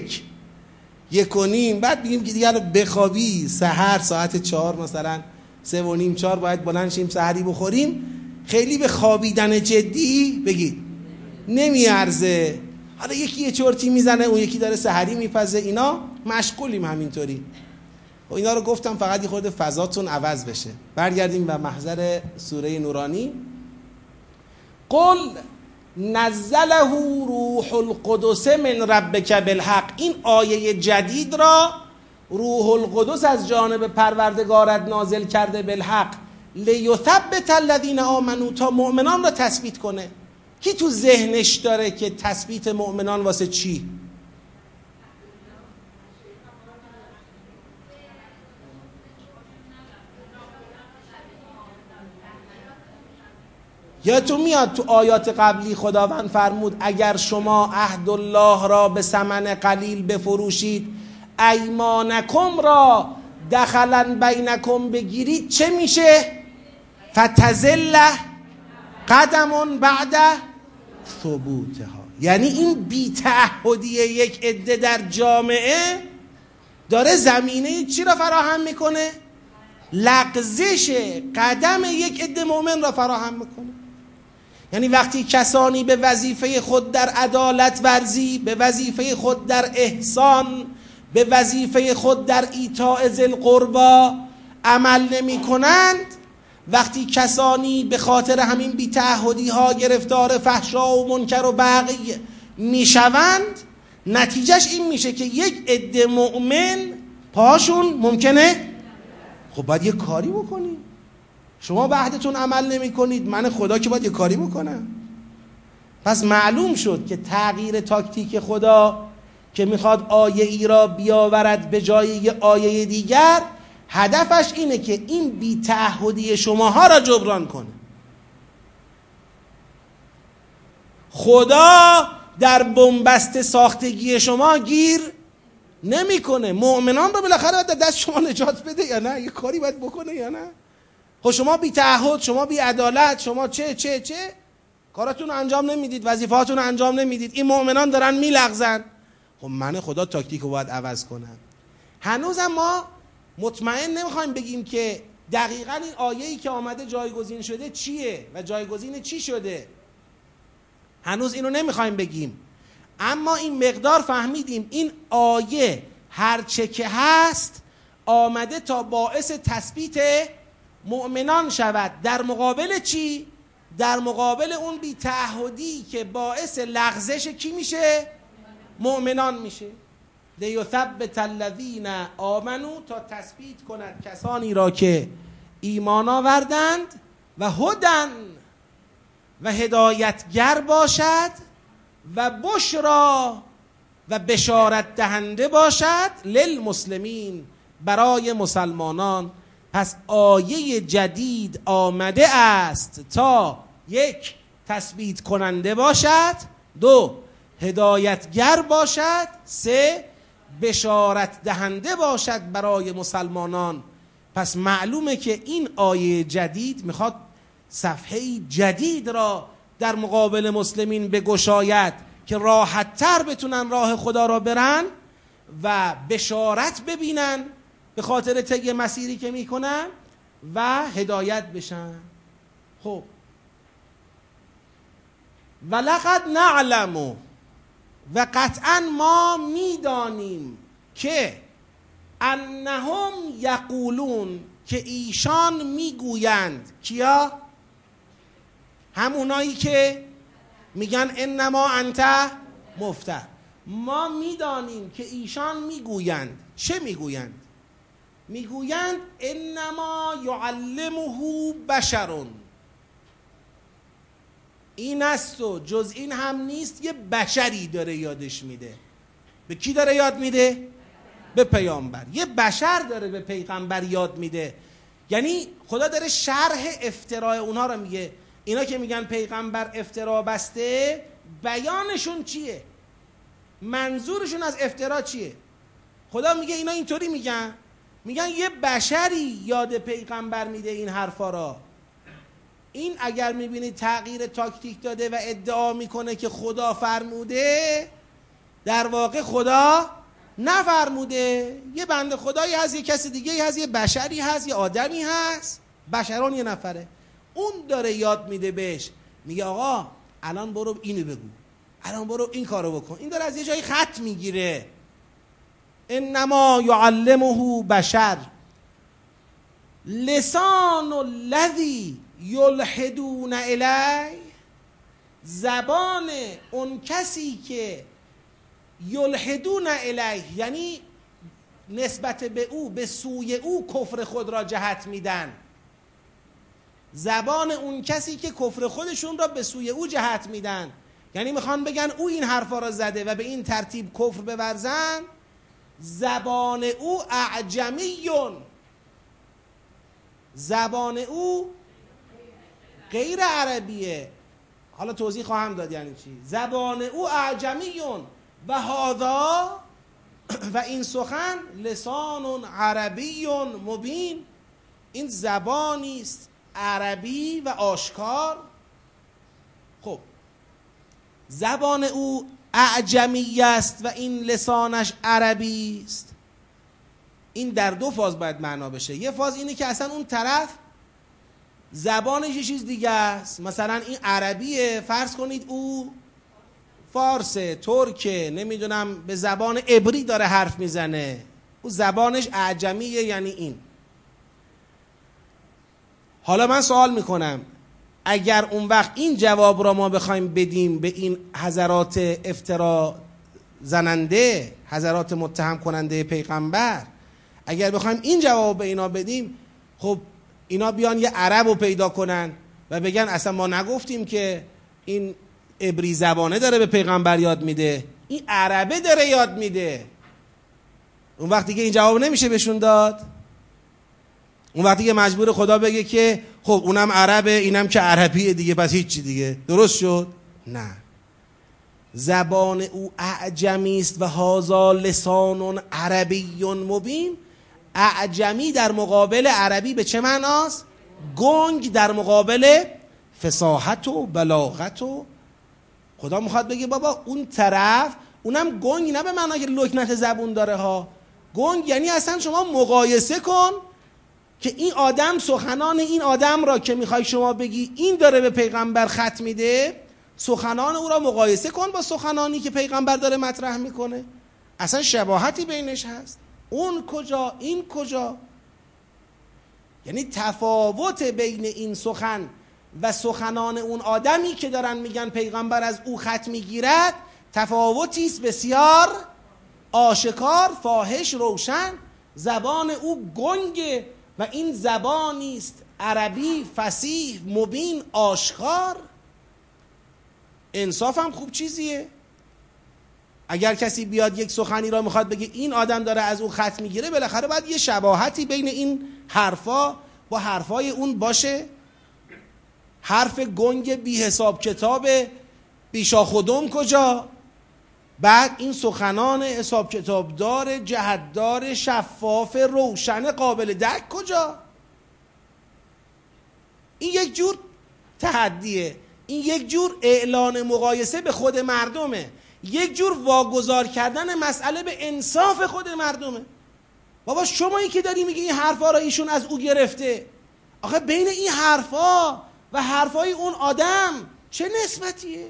1:30 بعد بگیم که دیگه بخوابی، سحر ساعت 4 مثلا 3:30 4 باید بلند شیم سحری بخوریم. خیلی به خوابیدن جدی بگید نمیارزه. حالا یکی یه چرتی میزنه، اون یکی داره سحری میپزه، اینا مشغولیم همینطوری. و اینا رو گفتم فقط یه خورده فضاتون عوض بشه. برگردیم به محضر سوره نورانی. قل نزله روح القدس من ربک بالحق. این آیه جدید را روح القدس از جانب پروردگارت نازل کرده، بالحق، لیثبت الذین آمنوا، تا مؤمنان را تثبیت کنه. کی تو ذهنش داره که تثبیت مؤمنان واسه چی؟ یادتون میاد تو آیات قبلی خداوند فرمود اگر شما عهد الله را به ثمن قلیل بفروشید، ایمانکم را دخلا بینکم بگیرید، چه میشه؟ فتزل قدم بعد ثبوتها. یعنی این بی‌تعهدی یک عده در جامعه داره زمینه چی را فراهم میکنه؟ لغزش قدم یک عده مؤمن را فراهم میکنه. یعنی وقتی کسانی به وظیفه خود در عدالت ورزی، به وظیفه خود در احسان، به وظیفه خود در ایتاء ذی القربی عمل نمی کنند، وقتی کسانی به خاطر همین بی‌تعهدی ها گرفتار فحشا و منکر و بغی می شوند، نتیجهش این میشه که یک عده مؤمن پاشون ممکنه خب باید یه کاری بکنی. شما به عهدتون عمل نمی کنید، من خدا که باید یه کاری بکنم. پس معلوم شد که تغییر تاکتیک خدا که میخواد آیه ای را بیاورد به جای یه آیه دیگر، هدفش اینه که این بی‌تعهدی شماها را جبران کنه. خدا در بنبست ساختگی شما گیر نمیکنه. مؤمنان رو بالاخره در دست شما نجات بده یا نه؟ یه کاری باید بکنه یا نه؟ خب شما بی تعهد، شما بی عدالت، شما چه کاراتون رو انجام نمیدید، وظیفه‌هاتون رو انجام نمیدید، این مؤمنان دارن میلغزن. خب من خدا تاکتیک رو باید عوض کنم. هنوزم ما مطمئن نمیخوایم بگیم که دقیقاً این آیه‌ای که آمده جایگزین شده چیه و جایگزین چی شده. هنوز اینو نمیخوایم بگیم، اما این مقدار فهمیدیم این آیه هرچه که هست آمده تا باعث تثبیت مؤمنان شود. در مقابل چی؟ در مقابل اون بی‌تعهدی که باعث لغزش کی میشه؟ مؤمنان میشه. لیثبت الذین آمنوا، تا تثبیت کند کسانی را که ایمان آوردند، و هدن، و هدایتگر باشد، و بشرا، و بشارت دهنده باشد، للمسلمین، برای مسلمانان. پس آیه جدید آمده است تا 1 تثبیت کننده باشد، 2 هدایتگر باشد، 3 بشارت دهنده باشد برای مسلمانان. پس معلومه که این آیه جدید میخواد صفحه جدید را در مقابل مسلمین بگشاید که راحت تر بتونن راه خدا را برن و بشارت ببینن به خاطر طی مسیری که میکنن و هدایت بشن. خب ولقد نعلم، و قطعا ما میدانیم که انهم یقولون، که ایشان میگویند. کیا؟ همونایی که میگن انما انت مفتر. ما میدانیم که ایشان میگویند. چه میگویند؟ میگویند انما یعلمه بشرون، این است و جز این هم نیست، یه بشری داره یادش میده. به کی داره یاد میده؟ به پیامبر. یه بشر داره به پیغمبر یاد میده. یعنی خدا داره شرح افتراء اونها رو میگه. اینا که میگن پیغمبر افترا بسته، بیانشون چیه؟ منظورشون از افترا چیه؟ خدا میگه اینا اینطوری میگن یه بشری یاد پیغمبر میده این حرفا را. این اگر میبینید تغییر تاکتیک داده و ادعا میکنه که خدا فرموده، در واقع خدا نفرموده. یه بنده خدایی هست، یه کسی دیگه هست، یه بشری هست، یه آدمی هست، بشران یه نفره، اون داره یاد میده بهش، میگه آقا الان برو اینو بگو، الان برو این کارو بکن. این داره از یه جایی خط میگیره. انما یعلمه بشر لسان الذی یلحدون الیه، زبان اون کسی که یلحدون الیه یعنی نسبت به او، به سوی او کفر خود را جهت میدن. زبان اون کسی که کفر خودشون را به سوی او جهت میدن، یعنی میخوان بگن او این حرفا را زده و به این ترتیب کفر بورزن. زبان او اعجمیون، زبان او غیر عربیه. حالا توضیح خواهم داد یعنی چی. زبان او اعجمیون و هذا، و این سخن لسان عربی مبین، این زبانی است عربی و آشکار. خب زبان او اعجمی است و این لسانش عربی است. این در دو فاز باید معنا بشه. یه فاز اینه که اصلا اون طرف زبانش یه چیز دیگه است، مثلا این عربیه، فرض کنید او فارسه، ترکه، نمیدونم به زبان عبری داره حرف میزنه، او زبانش اعجمیه، یعنی این. حالا من سوال میکنم اگر اون وقت این جواب را ما بخوایم بدیم به این حضرات افترا زننده، حضرات متهم کننده پیغمبر، اگر بخوایم این جواب به اینا بدیم، خب اینا بیان یه عرب رو پیدا کنن و بگن اصلا ما نگفتیم که این عبری زبانه داره به پیغمبر یاد میده، این عربه داره یاد میده. اون وقت دیگه این جواب نمیشه بهشون داد. اون وقتی که مجبور خدا بگه که خب اونم عربه اینم که عربیه دیگه، پس هیچی دیگه درست شد. نه، زبان او اعجمی است و هذا لسان عربی مبین. اعجمی در مقابل عربی به چه معناست؟ گنگ در مقابل فصاحت و بلاغت. و خدا میخواد بگه بابا اون طرف اونم گنگ نه به معنی که لکنت زبون داره ها، گنگ یعنی اصلا شما مقایسه کن که این آدم سخنان این آدم را که میخوای شما بگی این داره به پیغمبر خط میده، سخنان او را مقایسه کن با سخنانی که پیغمبر داره مطرح میکنه. اصلا شباهتی بینش هست. اون کجا این کجا؟ یعنی تفاوت بین این سخن و سخنان اون آدمی که دارن میگن پیغمبر از او خط میگیرد تفاوتی است بسیار آشکار، فاحش، روشن. زبان او گنگه و این زبانی است عربی فصیح مبین آشکار. انصاف هم خوب چیزیه. اگر کسی بیاد یک سخنی را میخواد بگه این آدم داره از اون خط میگیره، بالاخره باید یه شباهتی بین این حرفا با حرفای اون باشه. حرف گنگ بی حساب کتاب بیشاخودم کجا؟ بعد این سخنان حساب کتابدار جهتدار شفاف روشن قابل درک کجا؟ این یک جور تحدیه، این یک جور اعلان مقایسه به خود مردمه. یک جور واگذار کردن مسئله به انصاف خود مردمه. بابا شمایی که داری میگی این حرفا را ایشون از او گرفته، آخه بین این حرفا و حرفای اون آدم چه نسبتیه؟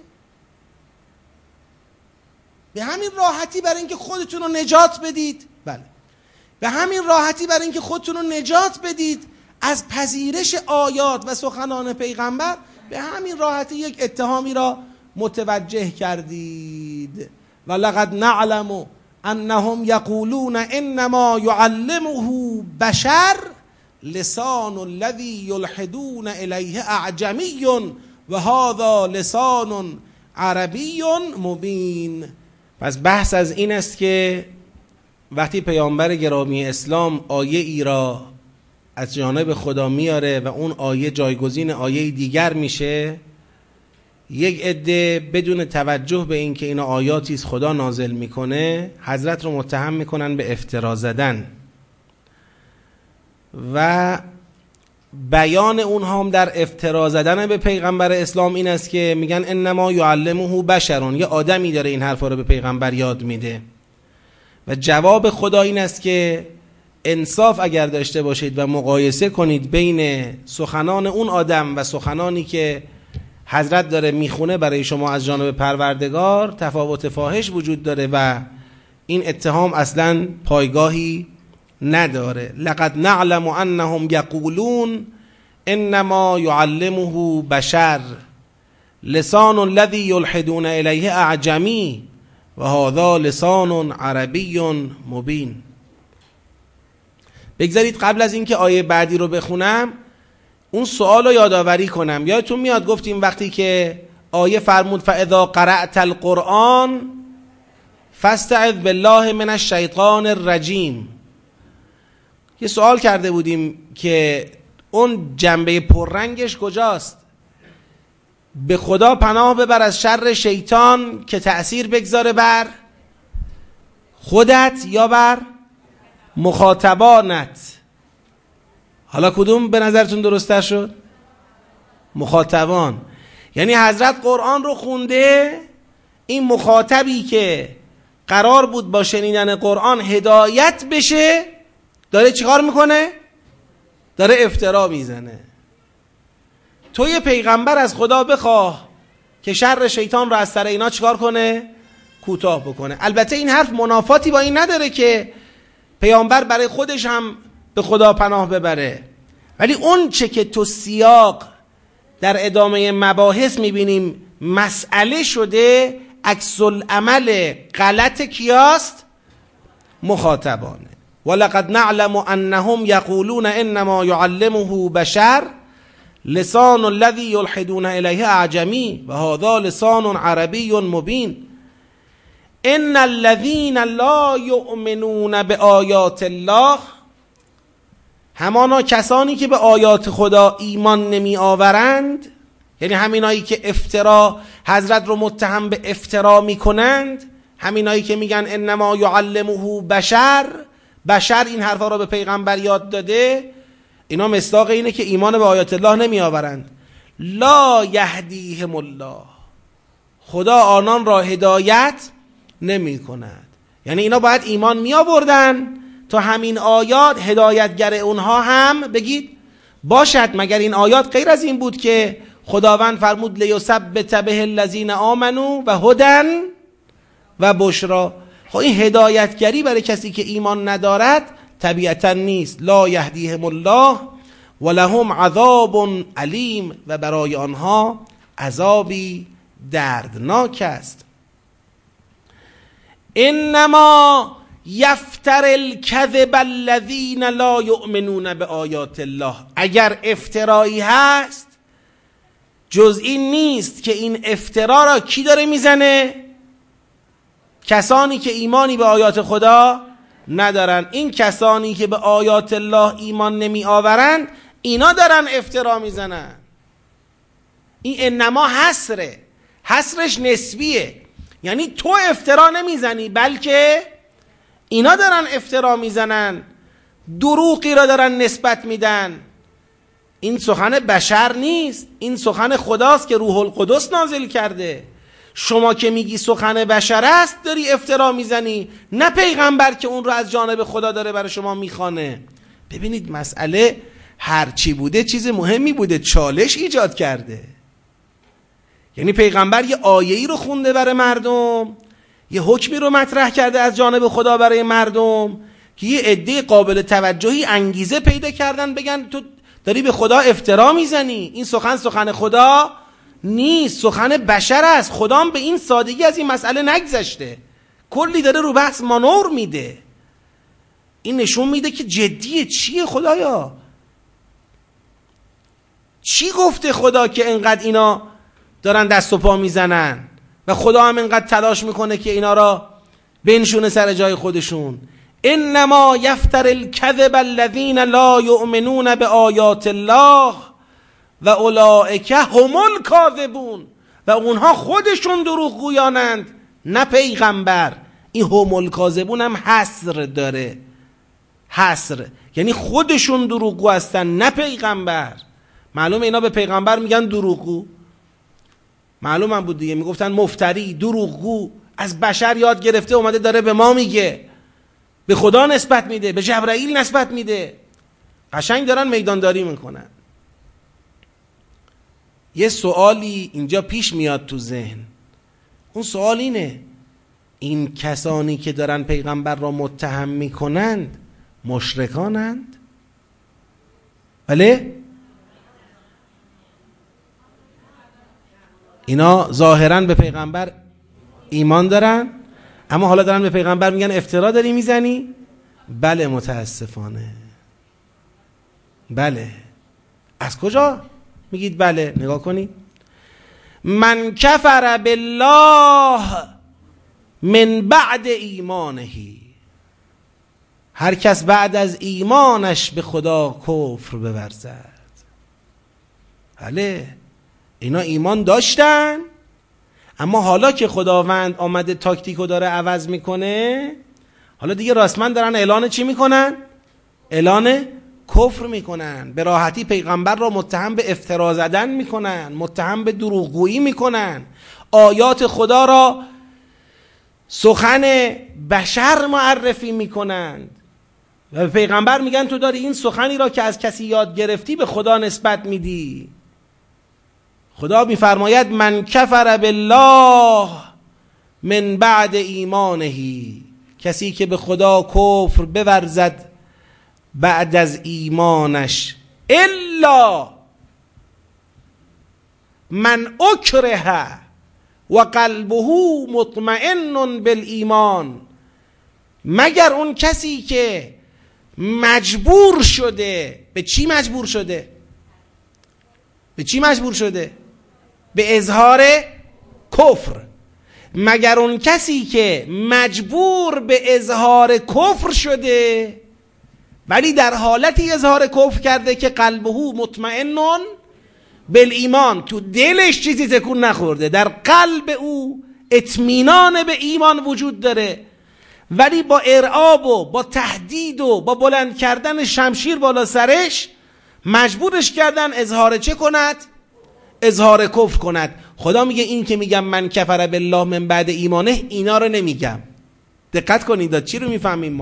به همین راحتی برای اینکه خودتون رو نجات بدید، بله، به همین راحتی برای اینکه خودتون رو نجات بدید از پذیرش آیات و سخنان پیغمبر، به همین راحتی یک اتهامی را متوجه کردید. و لقد نعلم انهم یقولون انما یعلمه بشر لسان الذی یلحدون الیه اعجمی و هذا لسان عربی مبین. پس بحث از این است که وقتی پیامبر گرامی اسلام آیه ای را از جانب خدا میاره و اون آیه جایگزین آیه دیگر میشه، یک عده بدون توجه به این که اینا آیاتی است خدا نازل میکنه، حضرت رو متهم میکنن به افترا زدن و بیان اونها هم در افترا زدن به پیغمبر اسلام این است که میگن انما یعلمه بشرون، یه آدمی داره این حرفا رو به پیغمبر یاد میده. و جواب خدا این است که انصاف اگر داشته باشید و مقایسه کنید بین سخنان اون آدم و سخنانی که حضرت داره میخونه برای شما از جانب پروردگار، تفاوت فاحش وجود داره و این اتهام اصلا پایگاهی نداره. لقد نعلم انهم یقولون انما یعلمه بشر لسان الذی یلحدون الیه اعجمی و هذا لسان عربی مبین. بگذارید قبل از اینکه آیه بعدی رو بخونم اون سوال رو یادآوری کنم. یادتون میاد گفتیم وقتی که آیه فرمود فاذا قرأت القرآن فاستعذ بالله من الشیطان الرجیم، یه سوال کرده بودیم که اون جنبه پررنگش کجاست؟ به خدا پناه ببر از شر شیطان که تأثیر بگذاره بر خودت یا بر مخاطبانت. حالا کدوم به نظرتون درست‌تر شد؟ مخاطبان. یعنی حضرت قرآن رو خونده، این مخاطبی که قرار بود با شنیدن قرآن هدایت بشه داره چیکار میکنه؟ داره افترا میزنه. تو یه پیغمبر از خدا بخواه که شر شیطان رو از سر اینا چیکار کنه؟ کوتاه بکنه. البته این حرف منافاتی با این نداره که پیامبر برای خودش هم به خدا پناه ببره، ولی اون چه که تو سیاق در ادامه مباحث میبینیم مسئله شده، عکس العمل غلط کیاست؟ مخاطبانه. ولقد نعلم انهم یقولون انما یعلمه بشر لسان الذی یلحدون الیه اعجمی و هذا لسان عربی مبین. ان الذین لا یؤمنون بآیات الله، همانا کسانی که به آیات خدا ایمان نمی آورند، یعنی همینایی که افترا حضرت رو متهم به افترا می کنند، همینایی که میگن انما یعلمه بشر، بشر این حرفا رو به پیغمبر یاد داده، اینا مصداق اینه که ایمان به آیات الله نمی آورند. لا یهدیهم الله، خدا آنان را هدایت نمی کند. یعنی اینا باید ایمان می آوردن تا همین آیات هدایتگر اونها هم بگید باشد. مگر این آیات غیر از این بود که خداوند فرمود لیثبت به الذین آمنوا و هدی و بشری؟ خب این هدایتگری برای کسی که ایمان ندارد طبیعتا نیست. لا یهدیهم الله و لهم عذاب علیم، و برای آنها عذابی دردناک است. انما یفتر الکذب الذین لا یؤمنون بآیات الله، اگر افترایی هست جز این نیست که این افترا را کی داره میزنه؟ کسانی که ایمانی به آیات خدا ندارن. این کسانی که به آیات الله ایمان نمی آورند اینا دارن افترا میزنن. این انما حصرش نسبیه، یعنی تو افترا نمیزنی بلکه اینا دارن افترا میزنن، دروغی را دارن نسبت میدن. این سخن بشر نیست، این سخن خداست که روح القدس نازل کرده. شما که میگی سخن بشر است داری افترا میزنی، نه پیغمبر که اون رو از جانب خدا داره برای شما میخوانه. ببینید مسئله هرچی بوده چیز مهمی بوده، چالش ایجاد کرده. یعنی پیغمبر یه آیه‌ای رو خونده برای مردم، یه حکمی رو مطرح کرده از جانب خدا برای مردم که یه عده قابل توجهی انگیزه پیدا کردن بگن تو داری به خدا افترا میزنی، این سخن خدا نیست، سخن بشر است. خدا هم به این سادگی از این مسئله نگذشته، کلی داره رو بحث مانور میده. این نشون میده که جدیه. چیه خدایا؟ چی گفته خدا که انقدر اینا دارن دست و پا میزنن و خدا هم انقدر تلاش میکنه که اینا را بنشونه سر جای خودشون؟ انما یفتر الکذب الذین لا یؤمنون بآیات الله و اولئک هم الکاذبون. و اونها خودشون دروغگویانند، نه پیغمبر. این هم الکاذبون هم حصر داره، حصر یعنی خودشون دروغگو هستن، نه پیغمبر. معلومه اینا به پیغمبر میگن دروغگو، معلوم هم بود دیگه، میگفتن مفتری، دروغگو. از بشر یاد گرفته اومده داره به ما میگه، به خدا نسبت میده، به جبرائیل نسبت میده. قشنگ دارن میدانداری میکنن. یه سوالی اینجا پیش میاد تو ذهن، اون سوال اینه: این کسانی که دارن پیغمبر را متهم میکنند مشرکانند؟ بله؟ اینا ظاهراً به پیغمبر ایمان دارن، اما حالا دارن به پیغمبر میگن افترا داری میزنی؟ بله متاسفانه. بله. از کجا میگید بله؟ نگاه کنید: من کفر بالله من بعد ایمانه، هر کس بعد از ایمانش به خدا کفر بورزد. بله اینا ایمان داشتن، اما حالا که خداوند آمده تاکتیکو داره عوض میکنه، حالا دیگه رسما دارن اعلان چی میکنن؟ اعلان کفر میکنن. به راحتی پیغمبر را متهم به افترا زدن میکنن، متهم به دروغگویی میکنن، آیات خدا را سخن بشر معرفی میکنند و به پیغمبر میگن تو داری این سخنی را که از کسی یاد گرفتی به خدا نسبت میدی. خدا میفرماید من کفر بالله من بعد ایمانه، کسی که به خدا کفر بورزد بعد از ایمانش، الا من اکره و قلبه مطمئن بالایمان، مگر اون کسی که مجبور شده. به چی مجبور شده؟ به چی مجبور شده؟ به اظهار کفر. مگر اون کسی که مجبور به اظهار کفر شده ولی در حالتی اظهار کفر کرده که قلبه مطمئن بالایمان، تو دلش چیزی تکون نخورده، در قلب او اطمینان به ایمان وجود داره، ولی با ارعاب و با تهدید و با بلند کردن شمشیر بالا سرش مجبورش کردن اظهار چه کند؟ اظهار کفر کند. خدا میگه این که میگم من کفر بالله من بعد ایمانه، اینا رو نمیگم. دقت کنید چی رو میفهمیم؟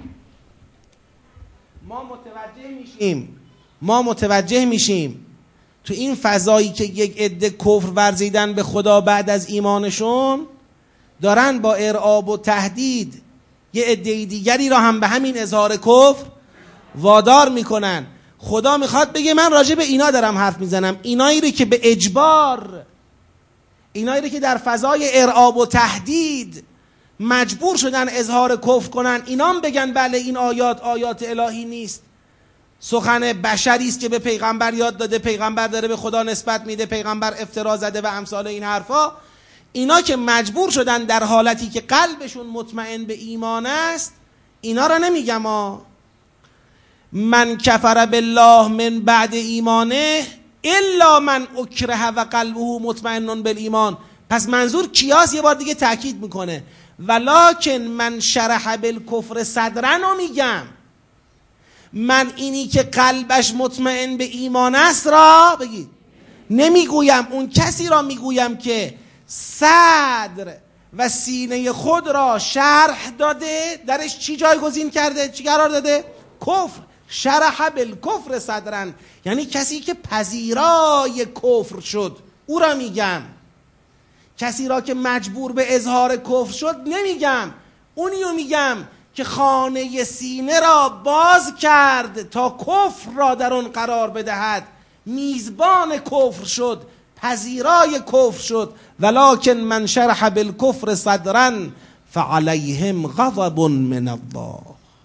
ما متوجه میشیم تو این فضایی که یک عده کفر ورزیدن به خدا بعد از ایمانشون، دارن با ارعاب و تهدید یه عده دیگری را هم به همین اظهار کفر وادار میکنن. خدا میخواد بگه من راجع به اینا دارم حرف میزنم، اینایی رو که به اجبار، اینایی رو که در فضای ارعاب و تهدید مجبور شدن اظهار کفر کنن، اینا هم بگن بله این آیات الهی نیست، سخن بشری است که به پیغمبر یاد داده، پیغمبر داره به خدا نسبت میده، پیغمبر افترا زده و امثال این حرفا. اینا که مجبور شدن در حالتی که قلبشون مطمئن به ایمان است، اینا را نمیگم من کفر بالله من بعد ایمانه الا من اکره و قلبه مطمئن بالایمان. پس منظور کیاس؟ یه بار دیگه تاکید میکنه ولکن من شرح بالکفر صدرن رو میگم، من اینی که قلبش مطمئن به ایمان است را بگید نمیگویم، اون کسی را میگویم که صدر و سینه خود را شرح داده، درش چی جایگزین کرده، چی قرار داده؟ کفر. شرح بالکفر صدرن، یعنی کسی که پذیرای کفر شد او را میگم. کسی را که مجبور به اظهار کفر شد نمیگم، اونیو میگم که خانه سینه را باز کرد تا کفر را در آن قرار بدهد، میزبان کفر شد، پذیرای کفر شد. ولکن من شرح بالکفر صدرا فعلیهم غضب من الله.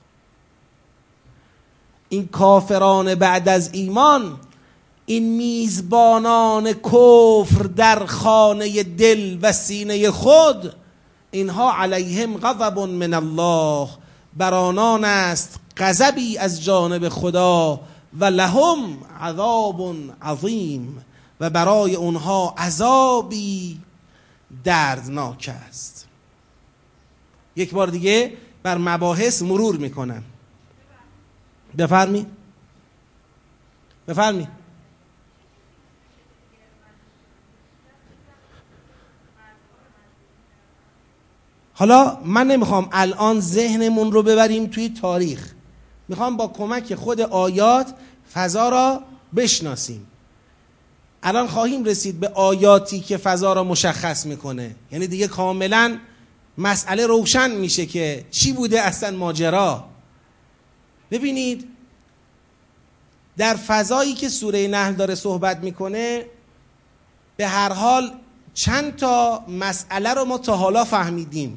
این کافران بعد از ایمان، این میزبانان کفر در خانه دل و سینه خود، اینها علیهم غضب من الله، بر آنان است غضبی از جانب خدا، و لهم عذاب عظیم، و برای اونها عذابی دردناک است. یک بار دیگه بر مباحث مرور میکنم. بفرمایید. حالا من نمیخوام الان ذهنمون رو ببریم توی تاریخ، میخوام با کمک خود آیات فضا را بشناسیم. الان خواهیم رسید به آیاتی که فضا را مشخص میکنه، یعنی دیگه کاملا مسئله روشن میشه که چی بوده اصلا ماجرا. ببینید در فضایی که سوره نحل داره صحبت میکنه، به هر حال چند تا مسئله رو ما تا حالا فهمیدیم.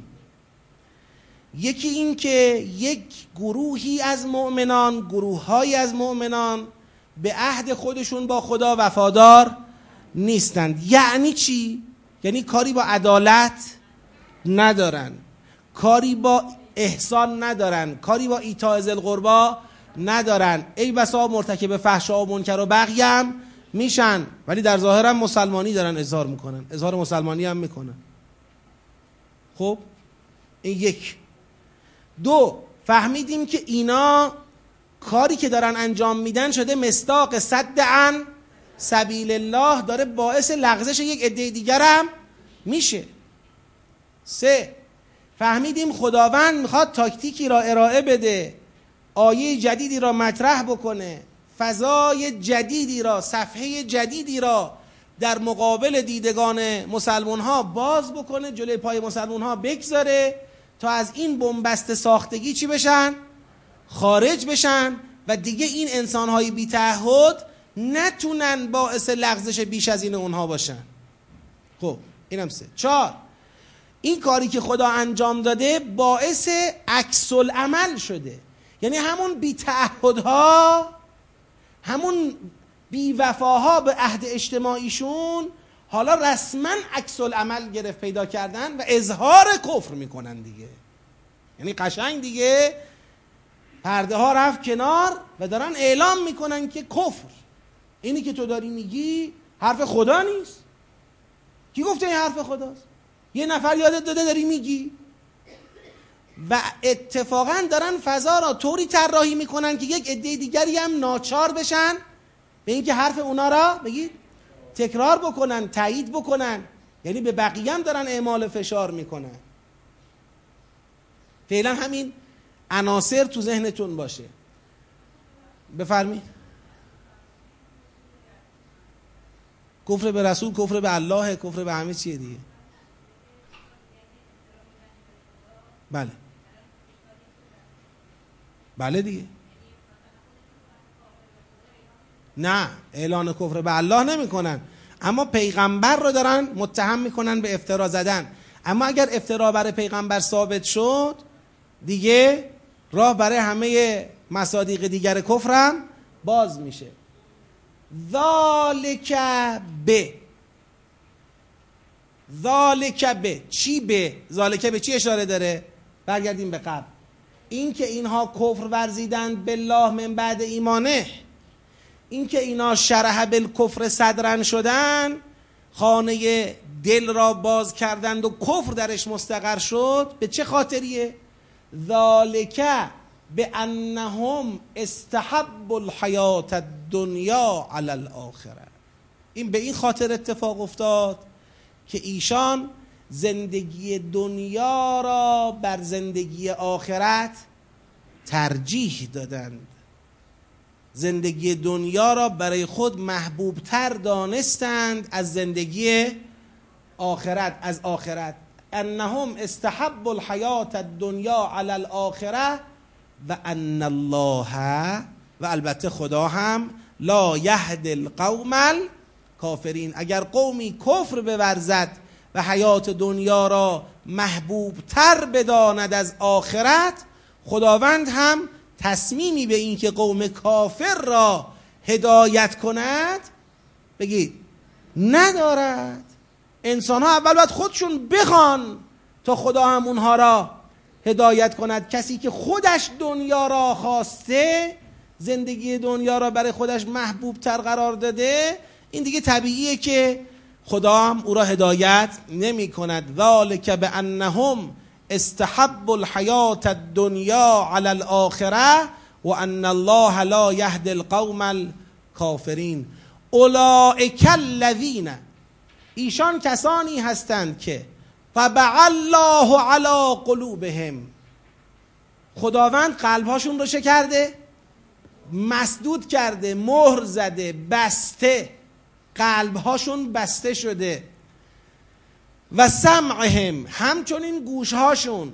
یکی این که یک گروهی از مؤمنان، گروه‌هایی از مؤمنان به عهد خودشون با خدا وفادار نیستند. یعنی چی؟ یعنی کاری با عدالت ندارن، کاری با احسان ندارن، کاری با ایتاء ذی القربی ندارن. ای بسا مرتکب فحشا و منکر و بغی هم میشن، ولی در ظاهر هم مسلمانی دارن اظهار میکنن، اظهار مسلمانی هم میکنن. خب این یک. دو، فهمیدیم که اینا کاری که دارن انجام میدن شده مصداق صد عن سبیل الله، داره باعث لغزش یک عده دیگر هم میشه. سه، فهمیدیم خداوند میخواد تاکتیکی را ارائه بده، آیه جدیدی را مطرح بکنه، فضای جدیدی را، صفحه جدیدی را در مقابل دیدگان مسلمان ها باز بکنه، جلوی پای مسلمان ها بگذاره تا از این بنبست ساختگی چی بشن؟ خارج بشن و دیگه این انسان های بی تعهد نتونن باعث لغزش بیش از این اونها باشن. خب اینم سه. چهار، این کاری که خدا انجام داده باعث عکس العمل شده، یعنی همون بی تعهدها، همون بی وفاها به عهد اجتماعیشون حالا رسما عکس العمل گرفت پیدا کردن و اظهار کفر میکنن دیگه. یعنی قشنگ دیگه پرده ها رفت کنار و دارن اعلام میکنن که کفر، اینی که تو داری میگی حرف خدا نیست. کی گفته این حرف خداست؟ یه نفر یادت داده داری میگی؟ و اتفاقا دارن فضا را طوری طراحی میکنن که یک عده دیگری هم ناچار بشن به اینکه حرف اونا را بگید تکرار بکنن، تایید بکنن، یعنی به بقیه هم دارن اعمال فشار میکنن. فعلا همین عناصر تو ذهنتون باشه. بفرمایید. کفر به رسول، کفر به الله، کفر به همه چیه دیگه. بله بله دیگه. نه، اعلان کفر به الله نمی کنن، اما پیغمبر رو دارن متهم میکنن به افترا زدن. اما اگر افترا برای پیغمبر ثابت شد دیگه راه برای همه مصادیق دیگر کفرم باز میشه. ذالک به چی؟ به ذالک به چی اشاره داره؟ برگردیم به قبل. این که اینها کفر ورزیدند بالله من بعد ایمانه، این که اینا شرح بالکفر صدرن شدن، خانه دل را باز کردند و کفر درش مستقر شد، به چه خاطریه؟ ذالک بانهم استحبوا الحیات الدنیا علی الاخره. این به این خاطر اتفاق افتاد که ایشان زندگی دنیا را بر زندگی آخرت ترجیح دادند، زندگی دنیا را برای خود محبوب تر دانستند از زندگی آخرت، از آخرت. انهم استحبوا الحیات الدنیا علی الاخره و ان الله، و البته خدا هم، لا یهدی القوم الکافرین، اگر قومی کفر بورزد و حیات دنیا را محبوب تر بداند از آخرت، خداوند هم تصمیمی به این که قوم کافر را هدایت کند بگید ندارد. انسان ها اول باید خودشون بخوان تا خدا هم اونها را هدایت کند. کسی که خودش دنیا را خواسته، زندگی دنیا را برای خودش محبوب تر قرار داده، این دیگه طبیعیه که خدا هم او را هدایت نمی کند. ذالک بانهم استحبوا الحیات الدنیا علی الاخره و ان الله لا یهدی القوم الکافرین. اولئک الذین، ایشان کسانی هستند که طبع الله علی قلوبهم، خداوند قلبهاشون رو چه کرده؟ مسدود کرده، مهر زده، بسته، قلبهاشون بسته شده. و سمعهم، همچنین گوشهاشون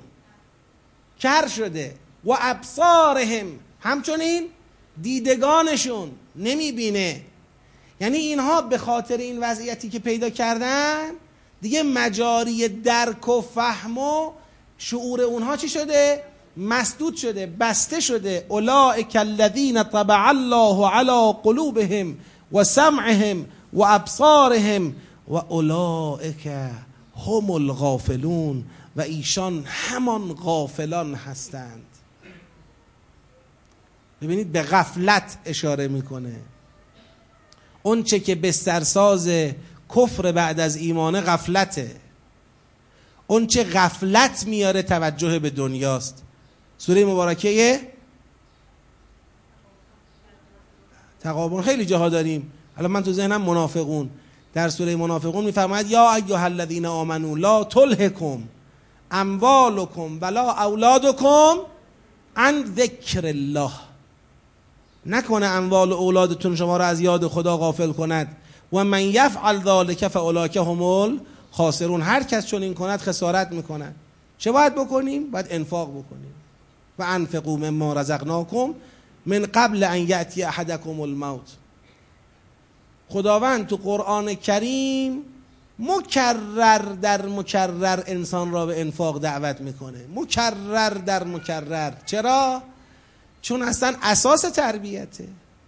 کر شده. و ابصارهم، همچنین دیدگانشون نمیبینه. یعنی اینها به خاطر این وضعیتی که پیدا کردن دیگه مجاری درک و فهم و شعور اونها چی شده؟ مسدود شده، بسته شده. اولئک الذین طبع الله علی قلوبهم و سمعهم و ابصارهم و اولئک هم الغافلون، و ایشان همان غافلان هستند. ببینید به غفلت اشاره میکنه. اون چه که بسترساز کفر بعد از ایمان غفلته، اون چه غفلت میاره توجه به دنیاست. سوره مبارکه تغابن خیلی جاها داریم، حالا من تو ذهنم منافقون. در سوره منافقون میفرماید یا ایها الذین آمنوا لا تلهکم اموالکم ولا اولادکم عن ذکر الله، نکنه اموال و اولادتون شما را از یاد خدا غافل کند. و من یفعل ذلک فاولئک هم الخاسرون، هر کس چون این کند خسارت میکند. چه باید بکنیم؟ باید انفاق بکنیم. و انفقوا مما رزقناکم من قبل ان یأتی احدکم الموت. خداوند تو قرآن کریم مکرر در مکرر انسان را به انفاق دعوت میکنه، مکرر در مکرر. چرا؟ چون اصلا اساس تربیته،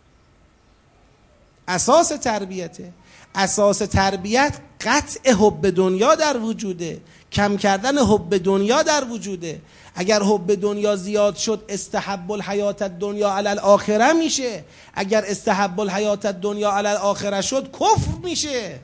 اساس تربیته. اساس تربیت قطع حب دنیا در وجوده، کم کردن حب دنیا در وجوده. اگر حب دنیا زیاد شد استحب الحیات الدنیا علی الاخره میشه، اگر استحب الحیات الدنیا علی الاخره شد کفر میشه.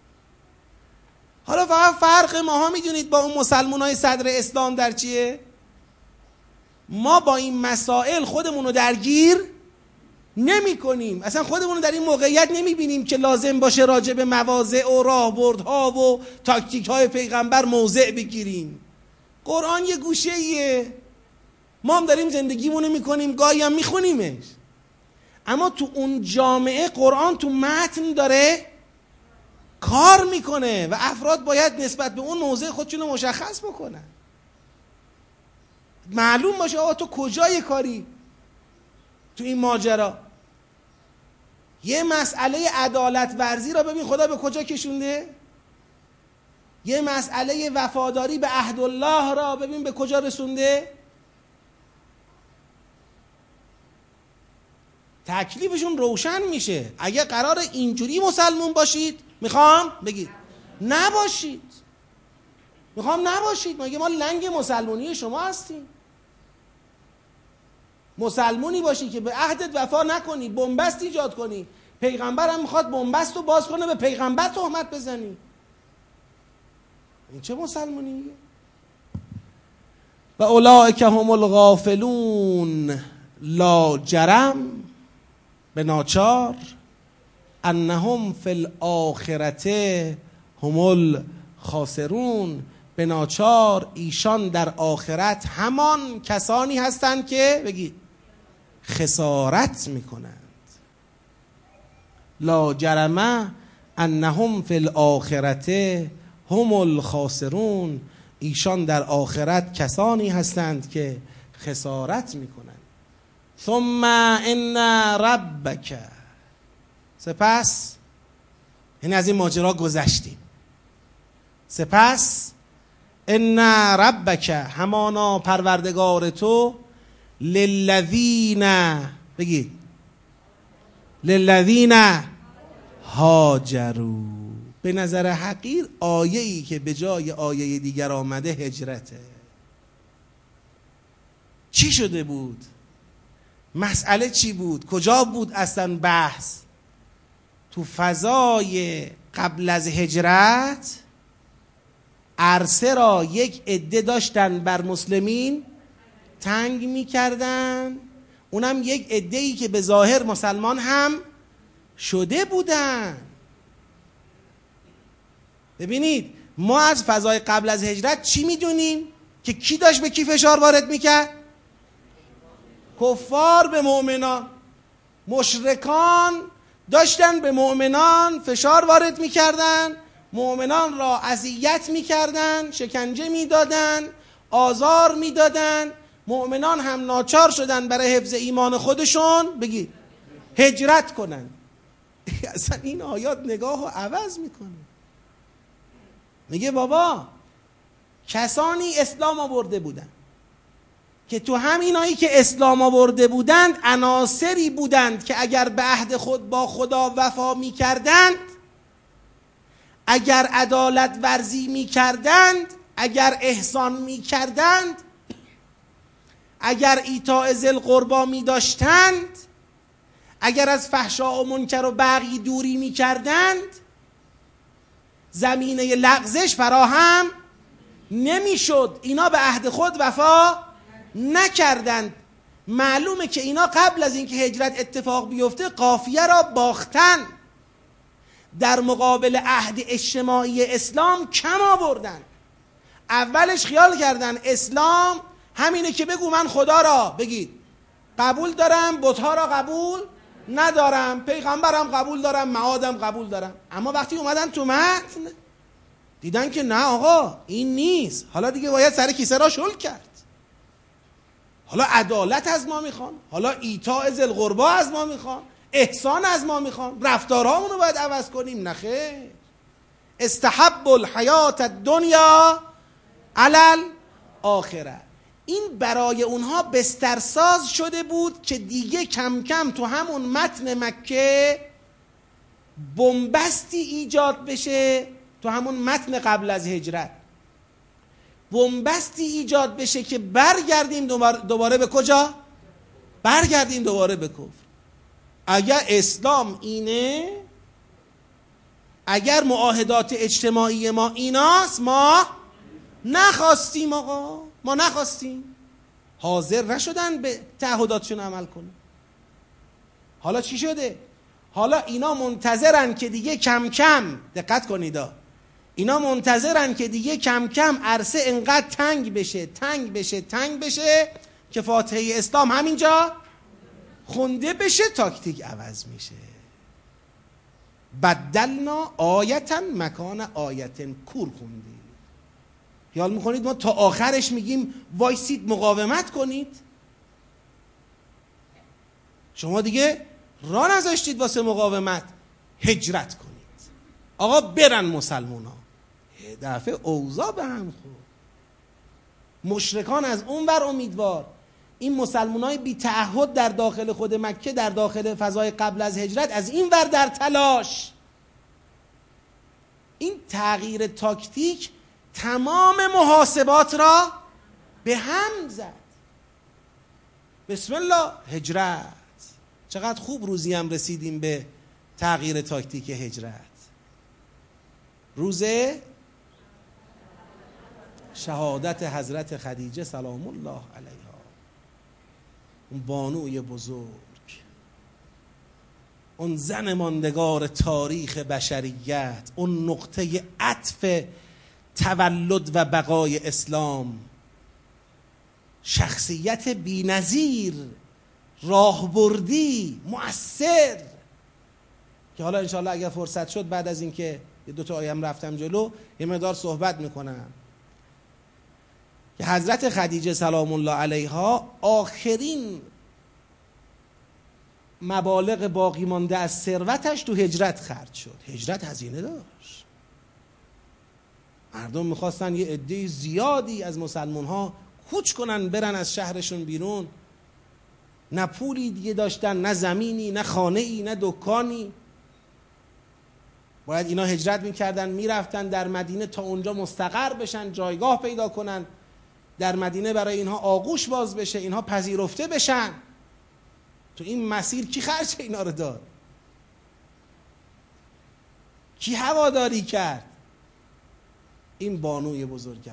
حالا فقط فرق ماها میدونید با اون مسلمانای صدر اسلام در چیه؟ ما با این مسائل خودمون رو درگیر نمی کنیم، اصلا خودمون رو در این موقعیت نمی بینیم که لازم باشه راجع به مواضع و راهبردها و تاکتیک های پیغمبر موضع بگیریم. قرآن یه گوشه ایه، ما هم داریم زندگیمونو میکنیم، گاهی هم میخونیمش، اما تو اون جامعه قرآن تو متن داره کار میکنه و افراد باید نسبت به اون موضع خودشونو مشخص بکنن. معلوم باشه آقا تو کجای کاری تو این ماجرا. یه مسئله عدالت ورزی را ببین خدا به کجا کشونده، یه مسئله وفاداری به عهد الله را ببین به کجا رسونده. تکلیفشون روشن میشه. اگه قرار اینجوری مسلمون باشید، میخوام بگید نباشید، میخوام نباشید. مگه ما لنگ مسلمونی شما هستیم؟ مسلمونی باشی که به عهدت وفا نکنی، بنبست ایجاد کنی، پیغمبر هم میخواد بنبست رو باز کنه به پیغمبر تهمت بزنی، این چه مسلمونیه؟ و اولئک هم الغافلون، لا جرم، به ناچار، انهم فی الاخرته هم خاسرون، به ناچار ایشان در آخرت همان کسانی هستند که بگید خسارت میکنند. لا جرم انهم فی الاخرته هم الخاسرون، ایشان در آخرت کسانی هستند که خسارت میکنند. ثم ان ربک، سپس یعنی از این ماجرا گذشتیم، سپس ان ربک، همانا پروردگار تو، للذین، بگید للذین هاجروا، به نظر حقیر آیه‌ای که به جای آیه دیگر آمده هجرته. چی شده بود؟ مسئله چی بود؟ کجا بود اصلا بحث؟ تو فضای قبل از هجرت عرصه را یک عده داشتن بر مسلمین تنگ میکردن، اونم یک عده‌ای که به ظاهر مسلمان هم شده بودن. ببینید ما از فضای قبل از هجرت چی میدونیم؟ که کی داشت به کی فشار وارد میکرد؟ کفار به مؤمنان، مشرکان داشتن به مؤمنان فشار وارد میکردن، مؤمنان را اذیت میکردن، شکنجه میدادن، آزار میدادن. مؤمنان هم ناچار شدن برای حفظ ایمان خودشون بگید هجرت کنن. اصلا این آیات نگاه رو عوض میکنه، میگه بابا کسانی اسلام آورده بودن که تو همینایی که اسلام آورده بودند عناصری بودند که اگر به عهد خود با خدا وفا میکردند، اگر عدالت ورزی میکردند، اگر احسان میکردند، اگر ایتاء ذی القربی میداشتند، اگر از فحشا و منکر و بغی دوری میکردند، زمینه لغزش فراهم نمیشد. اینا به عهد خود وفا نکردند. معلومه که اینا قبل از اینکه هجرت اتفاق بیفته قافیه را باختن، در مقابل عهد اجتماعی اسلام کم آوردن. اولش خیال کردن اسلام همینه که بگو من خدا را بگید قبول دارم، بت‌ها را قبول ندارم، پیغمبرم قبول دارم، معادم قبول دارم. اما وقتی اومدن تو متن دیدن که نه آقا این نیست. حالا دیگه باید سر کیسه را شل کرد. حالا عدالت از ما میخوان، حالا ایتاء ذی القربی از ما میخوان، احسان از ما میخوان، رفتارامونو باید عوض کنیم. نخیر، استحب الحیات الدنیا علی الاخره. این برای اونها بسترساز شده بود که دیگه کم کم تو همون متن مکه بنبستی ایجاد بشه، تو همون متن قبل از هجرت بنبستی ایجاد بشه که برگردیم دوباره به کجا؟ برگردیم دوباره به کفر. اگر اسلام اینه، اگر معاهدات اجتماعی ما ایناست، ما نخواستیم آقا، ما نخواستیم، حاضر نشدن به تعهداتشون عمل کنن. حالا چی شده؟ حالا اینا منتظرن که دیگه کم کم، دقت کنید، اینا منتظرن که دیگه کم کم عرصه انقدر تنگ بشه که فاتحه اسلام همینجا خونده بشه، تاکتیک عوض میشه. بدلنا آیتن مکان آیتن، کور خوندی. خیال میکنید ما تا آخرش میگیم وایسید مقاومت کنید؟ شما دیگه راه نذاشتید واسه مقاومت، هجرت کنید. آقا برن مسلمان ها. دفعه اوضاع به هم خورد. مشرکان از اون ور امیدوار، این مسلمان های بی تعهد در داخل خود مکه، در داخل فضای قبل از هجرت از این ور در تلاش. این تغییر تاکتیک تمام محاسبات را به هم زد. بسم الله هجرت. چقدر خوب روزی هم رسیدیم به تغییر تاکتیک هجرت. روز شهادت حضرت خدیجه سلام الله علیها، اون بانوی بزرگ، اون زن ماندگار تاریخ بشریت، اون نقطه عطف تولد و بقای اسلام، شخصیت بی‌نظیر، راهبردی، مؤثر، که حالا انشاءالله اگر فرصت شد بعد از اینکه یه دو تا آیه رفتم جلو یه مقدار صحبت میکنم، که حضرت خدیجه سلام الله علیها آخرین مبالغ باقی مانده از ثروتش تو هجرت خرج شد. هجرت هزینه داشت، مردم میخواستن یه عده زیادی از مسلمان ها کوچ کنن برن از شهرشون بیرون، نه پولی دیگه داشتن، نه زمینی، نه خانه ای، نه دکانی. باید اینا هجرت میکردن میرفتن در مدینه تا اونجا مستقر بشن، جایگاه پیدا کنن، در مدینه برای اینها آغوش باز بشه، اینها پذیرفته بشن. تو این مسیر کی خرج اینا رو داد؟ کی هواداری کرد؟ این بانوی بزرگوار.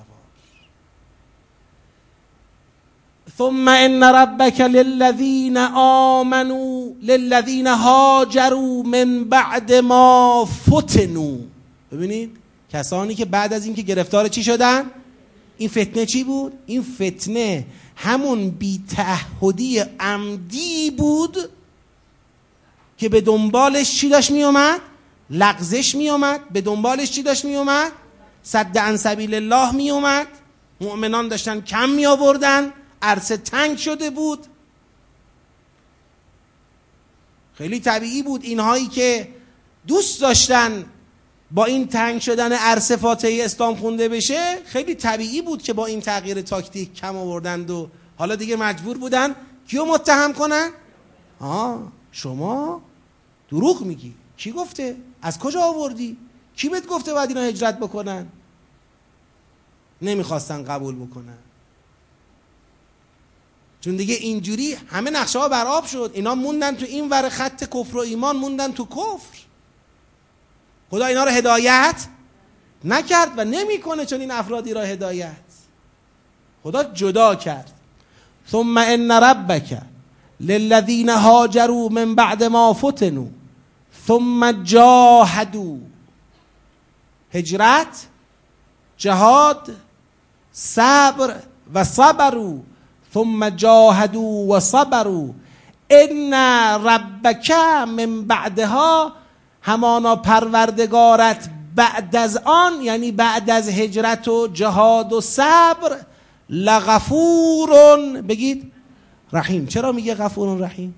ثم ان ربک للذین آمنوا للذین هاجروا من بعد ما فتنوا. ببینید کسانی که بعد از اینکه گرفتار چی شدن؟ این فتنه چی بود؟ این فتنه همون بی‌تعهدی عمدی بود که به دنبالش چی داشت می اومد؟ لغزش می اومد. به دنبالش چی داشت می اومد؟ صد عن سبیل الله می اومد. مؤمنان داشتن کم می آوردن، عرصه تنگ شده بود. خیلی طبیعی بود اینهایی که دوست داشتن با این تنگ شدن عرصه فاتحه اسلام خونده بشه، خیلی طبیعی بود که با این تغییر تاکتیک کم آوردند و حالا دیگه مجبور بودن کیو متهم کنن؟ شما دروغ میگی. کی گفته؟ از کجا آوردی؟ کی بهت گفته باید اینا هجرت بکنن؟ نمیخواستن قبول بکنن، چون دیگه اینجوری همه نقشه ها بر آب شد. اینا موندن تو این ور خط کفر و ایمان، موندن تو کفر. خدا اینا رو هدایت نکرد و نمیکنه چون این افرادی را هدایت. خدا جدا کرد. ثم ان ربک للذین هاجروا من بعد ما فتنوا ثم جاهدوا. هجرت، جهاد، صبر و صبروا. ثم جاهدوا و صبروا ان ربک من بعدها، همانا پروردگارت بعد از آن، یعنی بعد از هجرت و جهاد و صبر، لغفور، بگید رحیم. چرا میگه غفور و رحیم؟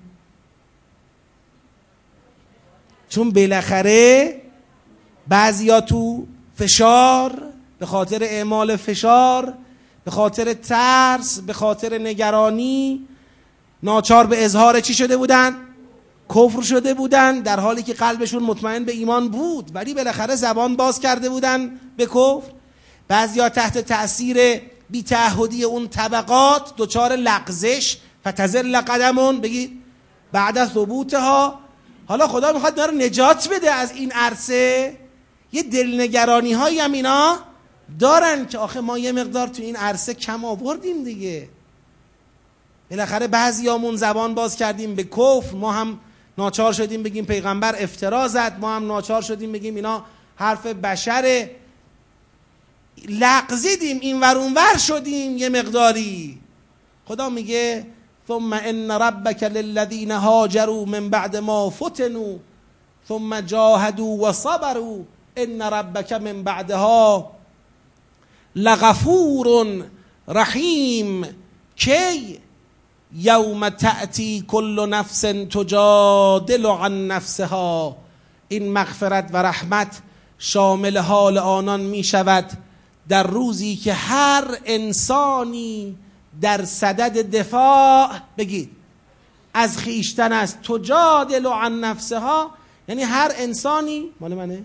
چون بالاخره بعضیا تو فشار، به خاطر اعمال فشار، به خاطر ترس، به خاطر نگرانی، ناچار به اظهار چی شده بودن؟ کفر شده بودن، در حالی که قلبشون مطمئن به ایمان بود، ولی بالاخره زبان باز کرده بودن به کفر. بعضیا تحت تأثیر بی‌تعهدی اون طبقات دچار لغزش، فتزل قدمون، بگید بعد از ثبوتها. حالا خدا میخواد اینا رو نجات بده از این عرصه. یه دلنگرانی هایی هم اینا دارن که آخه ما یه مقدار تو این عرصه کم آوردیم دیگه، بالاخره بعضیامون زبان باز کردیم به کفر، ما هم ناچار شدیم بگیم پیغمبر افترا زد، ما هم ناچار شدیم بگیم اینا حرف بشره، لغزیدیم، این ور اون ور شدیم یه مقداری. خدا میگه ثم ان ربک للذین هاجروا من بعد ما فتنوا ثم جاهدوا و صبروا ان ربک من بعدها لغفور رحیم. کی؟ یوم تأتی کل نفس تجادل عن نفسها. این مغفرت و رحمت شامل حال آنان می شود در روزی که هر انسانی در صدد دفاع، بگید، از خیشتن است. تجادل عن نفسها یعنی هر انسانی، مال منه،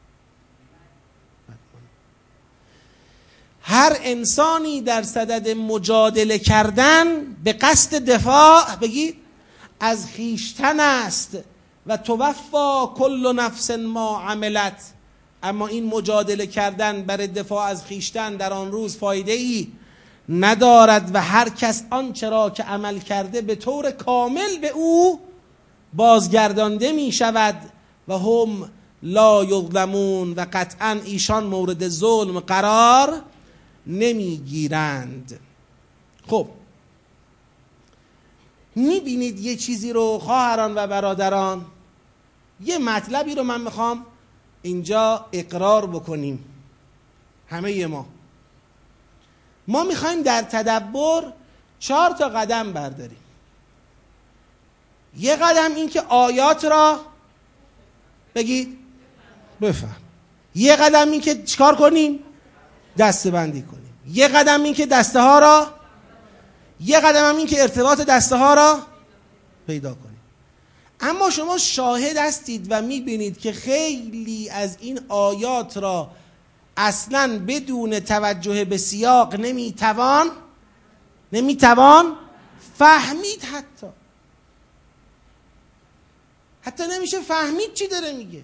هر انسانی در صدد مجادله کردن به قصد دفاع، بگید، از خیشتن است. و توفا کل نفس ما عملت. اما این مجادله کردن برای دفاع از خیشتن در آن روز فایده ای ندارد و هر کس آنچه را که عمل کرده به طور کامل به او بازگردانده می شود و هم لا یظلمون، و قطعا ایشان مورد ظلم قرار نمیگیرند. خب میبینید یه چیزی رو خواهران و برادران، یه مطلبی رو من میخوام اینجا اقرار بکنیم. همه ما میخوایم در تدبر 4 تا قدم برداریم. یه قدم این که آیات را بگید بفهم، یه قدم این که چیکار کنیم؟ دسته بندی کنیم. یه قدم این که دسته ها را، یه قدم هم این که ارتباط دسته ها را پیدا کنیم. اما شما شاهد هستید و میبینید که خیلی از این آیات را اصلا بدون توجه به سیاق نمیتوان فهمید. حتی نمیشه فهمید چی داره میگه.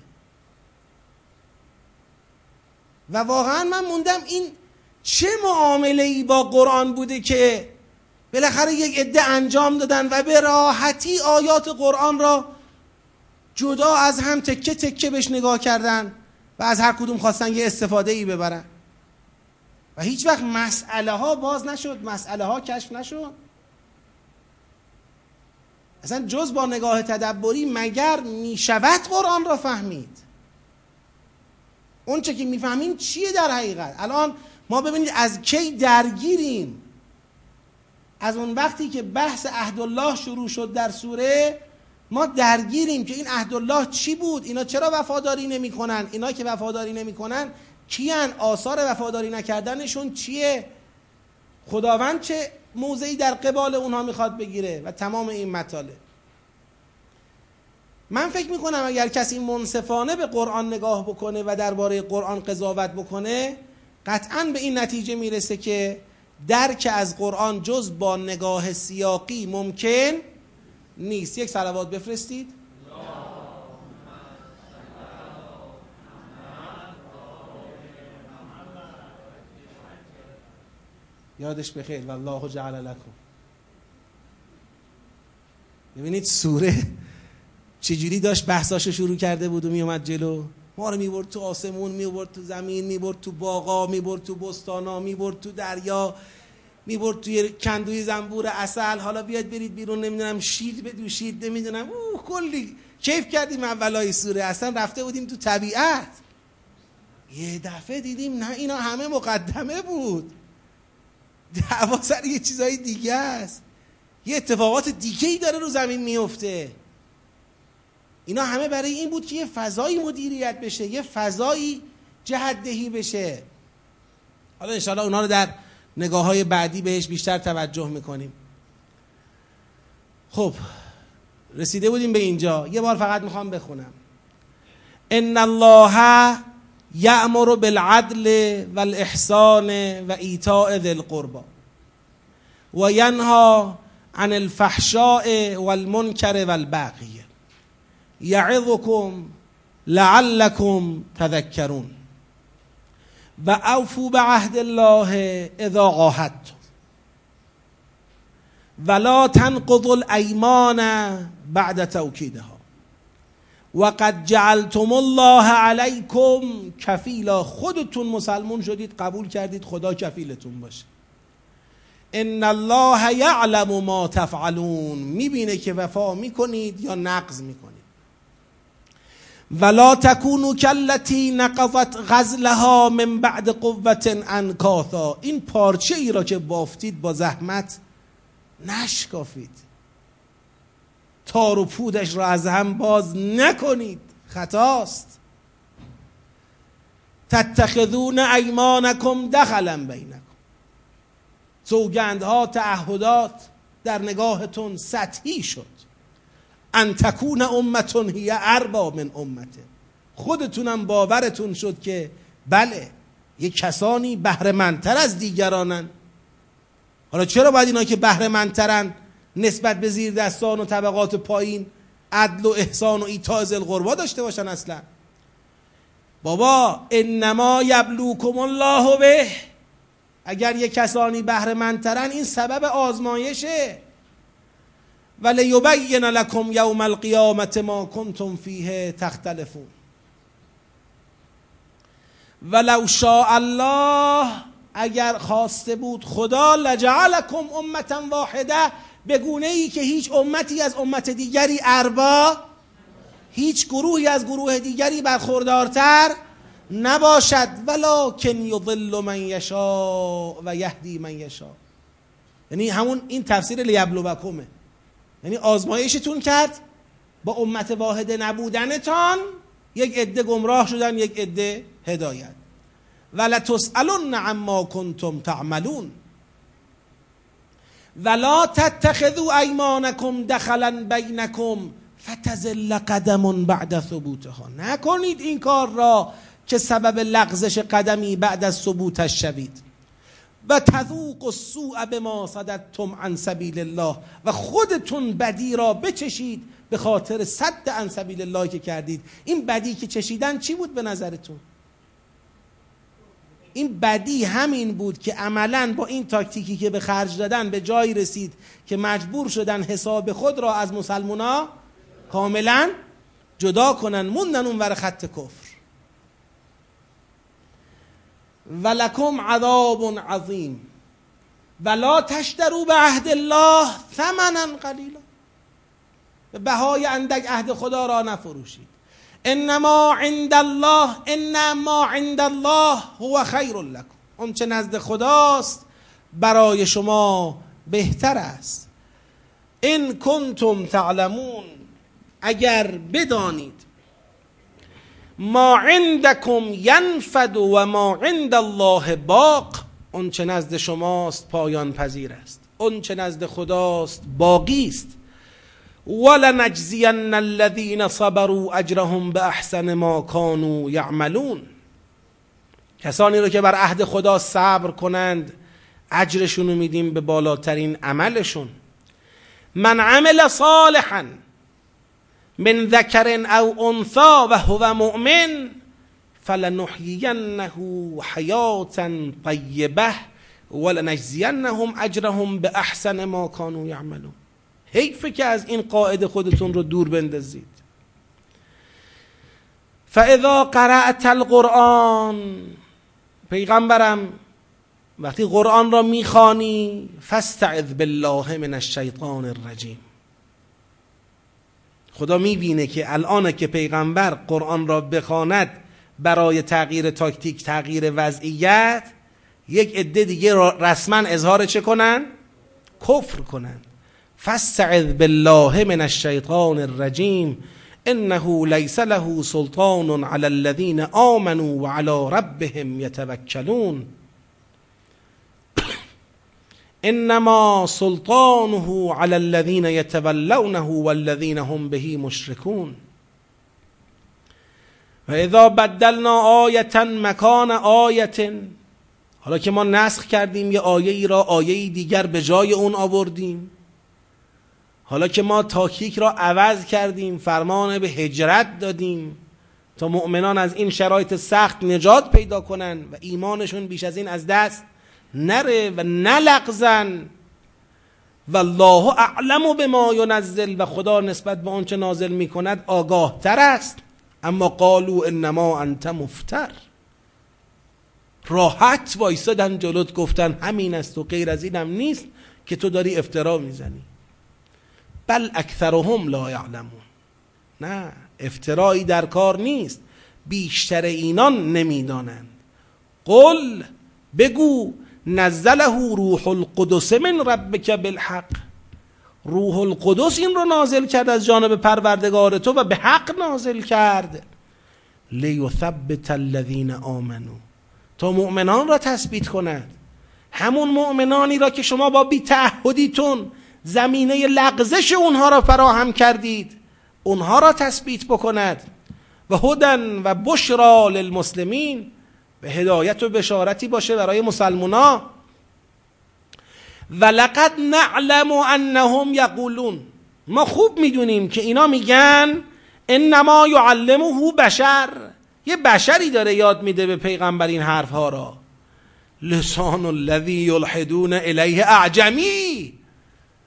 و واقعا من موندم این چه معامله ای با قرآن بوده که بالاخره یک عده انجام دادن و به راحتی آیات قرآن را جدا از هم تکه تکه بهش نگاه کردن و از هر کدوم خواستن یه استفاده ای ببرن و هیچ وقت مسئله ها باز نشد، مسئله ها کشف نشد. اصلا جز با نگاه تدبری مگر میشود قرآن را فهمید؟ اون چه که میفهمیم چیه در حقیقت؟ الان ما ببینید از کی درگیریم. از اون وقتی که بحث عهدالله شروع شد در سوره ما درگیریم که این عهدالله چی بود، اینا چرا وفاداری نمی کنن، اینا که وفاداری نمی کنن کیان، آثار وفاداری نکردنشون چیه، خداوند چه موضعی در قبال اونها میخواد بگیره و تمام این مطالب. من فکر میکنم اگر کسی منصفانه به قرآن نگاه بکنه و درباره قرآن قضاوت بکنه قطعاً به این نتیجه میرسه که درک از قرآن جز با نگاه سیاقی ممکن نیست. یک صلوات بفرستید. یادش بخیر. والله جعل لکم. ببینید سوره چجوری داشت بحثاشو شروع کرده بود و میومد جلو، ما رو میبرد تو آسمون، میبرد تو زمین، میبرد تو باغا، میبرد تو بستانا، میبرد تو دریا، میبرد توی کندوی زنبور عسل. حالا بیاد برید بیرون، نمیدونم شیر بدوشید، نمیدونم کلی کیف کردیم اولای سوره. اصلا رفته بودیم تو طبیعت. یه دفعه دیدیم نه اینا همه مقدمه بود، دعوا سر یه چیزای دیگه است، یه اتفاقات دیگه‌ای داره رو زمین میفته. اینا همه برای این بود که یه فضایی مدیریت بشه، یه فضایی جهت‌دهی بشه. حالا انشاءالله اونا رو در نگاه‌های بعدی بهش بیشتر توجه میکنیم. خب رسیده بودیم به اینجا. یه بار فقط میخوام بخونم. ان الله یأمر بالعدل والاحسان و ایتاء ذی القربى و ینهی عن الفحشاء والمنکر والبغی یعظکم لعلکم تذکرون و اوفوا بعهد الله اذا عاهدتم ولا تنقضوا الایمان بعد توکیدها و قد جعلتم الله علیکم کفیلا. خودتون مسلمون شدید، قبول کردید خدا کفیلتون باشه. ان الله یعلم ما تفعلون. میبینه که وفا میکنید یا نقض میکنید. ولا تکونوا کالتی نقضت غزلها من بعد قوة انکاثا. این پارچه ای را که بافتید با زحمت نشکافید، تار و پودش را از هم باز نکنید، خطاست. تتخذون ایمانکم دخلا بینکم. سوگندها، تعهدات در نگاهتون سطحی شد. ان تکون امتون هی اربا من امته. خودتونم باورتون شد که بله یک کسانی بهره‌مندتر از دیگرانن. حالا چرا باید اینا که بهره‌مندترن نسبت به زیر دستان و طبقات پایین عدل و احسان و ایتاء ذی القربی داشته باشن؟ اصلا بابا انما یبلوکم الله به. اگر یک کسانی بهره‌مندترن این سبب آزمایشه. ولیبین لکم یوم القیامة ما کنتم فیه تختلفون. ولو شاء الله، اگر خواسته بود خدا، لجعلکم امة واحده، به گونه ای که هیچ امتی از امت دیگری اربا، هیچ گروهی از گروه دیگری برخوردارتر نباشد. ولکن یضل من یشاء و یهدی من یشاء. یعنی همون این تفسیر لیبلوکمه، یعنی آزمایشتون کرد با امت واحده نبودنتان، یک عده گمراه شدن، یک عده هدایت. ولتسألن عما کنتم تعملون. ولا تتخذوا ایمانکم دخلا بینکم فتزل قدم بعد ثبوتها. نکنید این کار را که سبب لغزش قدمی بعد از ثبوتش شوید. و تذوقوا السوء بما صددتم عن سبیل الله، و خودتون بدی را بچشید به خاطر صد عن سبیل الله که کردید. این بدی که چشیدن چی بود به نظرتون؟ این بدی همین بود که عملاً با این تاکتیکی که به خرج دادن به جایی رسید که مجبور شدن حساب خود را از مسلمونا کاملاً جدا کنن، موندن اونور خط کفر. ولکم عذاب عظیم ولا تشتروا بعهد الله ثمنا قلیلا. به بهای اندک عهد خدا را نفروشید. انما عند الله هو خیر لکم. اون چه نزد خداست برای شما بهتر است. ان کنتم تعلمون، اگر بدانید. ما عندکم ینفد و ما عند الله باق. اون چه نزد شماست پایان پذیر است، اون چه نزد خداست باقی است. ولنجزین الذین صبروا اجرهم باحسن ما كانوا یعملون. کسانی رو که بر عهد خدا صبر کنند اجرشون رو میدیم به بالاترین عملشون. من عمل صالحا من ذکر او انثی و هو مؤمن فلنحیینه حیاتا طیبه ولنجزینهم اجرهم باحسن ما كانوا یعملون. حیفه که از این قاعده خودتون رو دور بندازید. فاذا قرأت القرآن، پیغمبرم وقتی قرآن را میخوانی، فاستعذ بالله من الشیطان الرجیم. خدا میبینه که الان که پیغمبر قرآن را بخواند برای تغییر تاکتیک، تغییر وضعیت، یک عده دیگه رسما اظهار چه کنن؟ کفر کنن. فاستعذ بالله من الشیطان الرجیم انه لیس له سلطان علی الذین آمنوا وعلى ربهم یتوکلون انما سلطانه علی الذین یتولونه والذین هم به مشرکون. و اذا بدلنا آیة مکان آیة، حالا که ما نسخ کردیم یه آیه ای را آیه دیگر به جای اون آوردیم، حالا که ما تاکیک را عوض کردیم، فرمان به هجرت دادیم تا مؤمنان از این شرایط سخت نجات پیدا کنن و ایمانشون بیش از این از دست نره و نلغزن. والله اعلم بما ینزل، و خدا نسبت به آنچه نازل میکند آگاه تر است. اما قالوا انما انت مفتر، راحت وایسادن جلوت گفتن همین است و غیر از اینم نیست که تو داری افترا میزنی. بل اکثرهم لا یعلمون، نه، افترایی در کار نیست، بیشتر اینان نمیدانند. قل، بگو، نزله روح القدس من ربک بالحق، روح القدس این رو نازل کرد از جانب پروردگار تو و به حق نازل کرد. لیثبت الذین آمنوا، تا مؤمنان را تثبیت کند، همون مؤمنانی را که شما با بی‌تعهدیتون زمینه لغزش اونها را فراهم کردید، اونها را تثبیت بکند. و هدن و بشرا للمسلمین، به هدایت و بشارتی باشه برای مسلمونا. ولقد نعلم انهم یقولون، ما خوب میدونیم که اینا میگن انما یعلمه بشر، یه بشری داره یاد میده به پیغمبر این حرفها را. لسان الذی یلحدون الیه اعجمی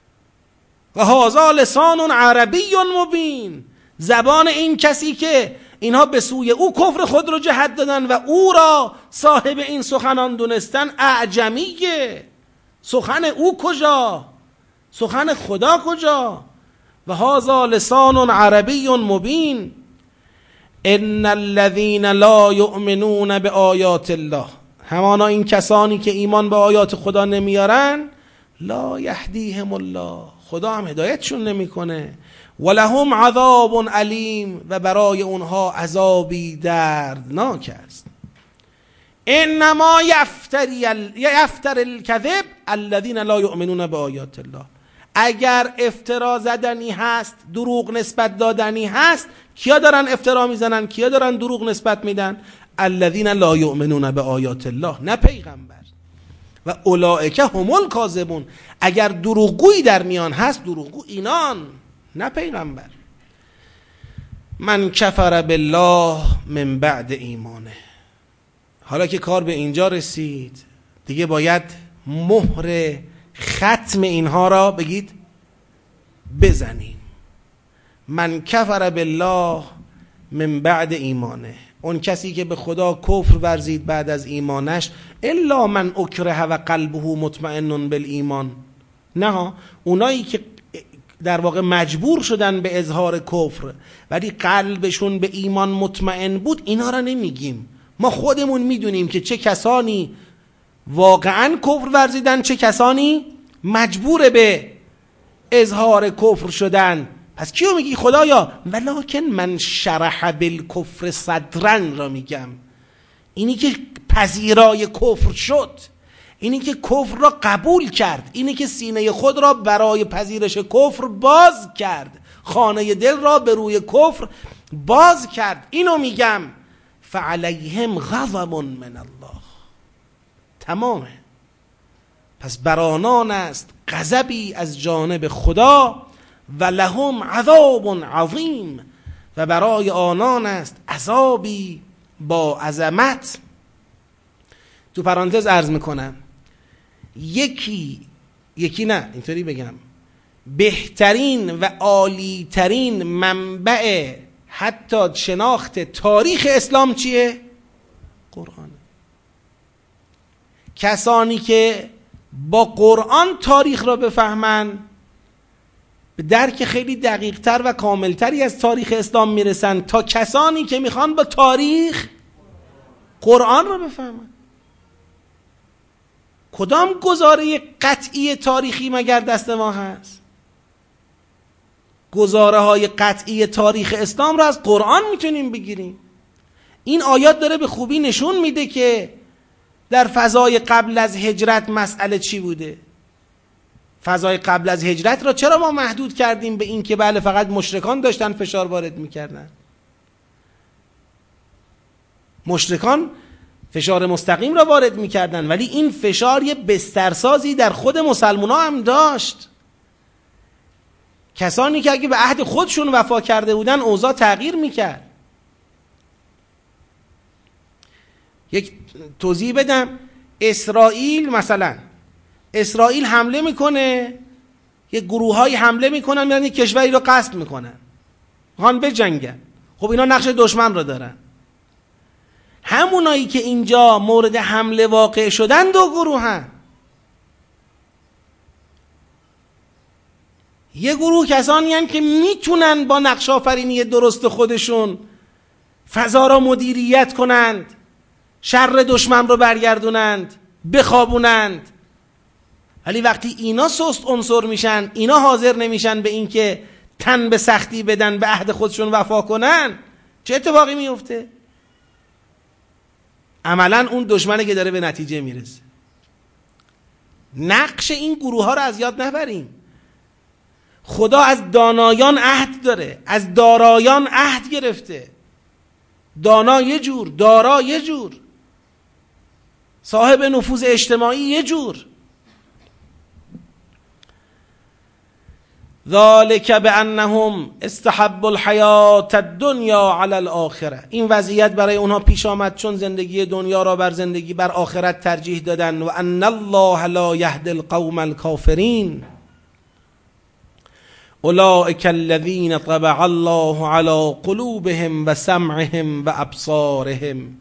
و هذا لسان عربی مبین، زبان این کسی که اینها به سوی او کفر خود رو جهت دادن و او را صاحب این سخنان دونستن. اعجمیه، سخن او کجا؟ سخن خدا کجا؟ و هذا لسان عربی مبین. ان الذين لا يؤمنون بآیات الله، همانا این کسانی که ایمان به آیات خدا نمیارن، لا یهدیهم الله، خدا هم هدایتشون نمیکنه. ولهم عذاب علیم، و برای اونها عذابی دردناک است. انما یفتر الکذب الذین لا یؤمنون بآیات الله. اگر افترا زدنی هست، دروغ نسبت دادنی هست، کیا دارن افترا میزنن؟ کیا دارن دروغ نسبت میدن؟ الذین لا یؤمنون بآیات الله، نه پیغمبر. و اولئک هم الکاذبون، اگر دروغگویی در میان هست، دروغگو اینان، نه پیغمبر. من کفر بالله من بعد ایمانه. حالا که کار به اینجا رسید، دیگه باید مهر ختم اینها را بگید بزنیم. من کفر بالله من بعد ایمانه، اون کسی که به خدا کفر ورزید بعد از ایمانش، الا من اکره و قلبه مطمئن بالایمان، نه اونایی که در واقع مجبور شدن به اظهار کفر ولی قلبشون به ایمان مطمئن بود، اینا را نمیگیم. ما خودمون میدونیم که چه کسانی واقعا کفر ورزیدن، چه کسانی مجبور به اظهار کفر شدن. پس کیو میگی؟ خدایا ولکن من شرح بالکفر صدرن را میگم، اینی که پذیرای کفر شد، اینی که کفر را قبول کرد، اینی که سینه خود را برای پذیرش کفر باز کرد، خانه دل را به روی کفر باز کرد، اینو میگم. فعلیهم غضب من الله، تمامه. پس بر آنان است غضبی از جانب خدا، و لهم عذاب عظیم، و برای آنان است عذابی با عظمت. تو پرانتز عرض میکنم، یکی نه اینطوری بگم، بهترین و عالیترین منبع حتی شناخت تاریخ اسلام چیه؟ قرآن. کسانی که با قرآن تاریخ را بفهمن، به درک خیلی دقیق تر و کامل تری از تاریخ اسلام میرسن تا کسانی که میخوان با تاریخ قرآن را بفهمن. کدام گزاره قطعی تاریخی مگر دست ما هست؟ گزاره های قطعی تاریخ اسلام را از قرآن میتونیم بگیریم. این آیات داره به خوبی نشون میده که در فضای قبل از هجرت مسئله چی بوده. فضای قبل از هجرت را چرا ما محدود کردیم به این که بله فقط مشرکان داشتن فشار وارد میکردن؟ مشرکان فشار مستقیم را وارد میکردن، ولی این فشار یه بسترسازی در خود مسلمان ها هم داشت. کسانی که اگه به عهد خودشون وفا کرده بودن اوضاع تغییر میکرد. یک توضیح بدم، اسرائیل مثلا، اسرائیل حمله میکنه، یک گروه های حمله میکنن، میرن یک کشوری رو غصب میکنن، میخوان بجنگن. خب اینا نقش دشمن رو دارن. همونایی که اینجا مورد حمله واقع شدن دو گروه هن. یه گروه کسانی هن که میتونن با نقش آفرینی درست خودشون فضا را مدیریت کنند، شر دشمن رو برگردونند، بخوابونند. ولی وقتی اینا سست عنصر میشن، اینا حاضر نمیشن به این که تن به سختی بدن، به عهد خودشون وفا کنن، چه اتفاقی میفته؟ عملا اون دشمنه که داره به نتیجه میرسه. نقش این گروه ها رو از یاد نبریم. خدا از دانایان عهد داره، از دارایان عهد گرفته. دانا یه جور، دارا یه جور، صاحب نفوذ اجتماعی یه جور. ذالک بانهم استحبوا الحیاة الدنیا علی الاخره، این وضعیت برای اونها پیش آمد چون زندگی دنیا را بر زندگی بر آخرت ترجیح دادن. و ان الله لا یهدی القوم الکافرین، اولئک الذین طبع الله علی قلوبهم و سمعهم و ابصارهم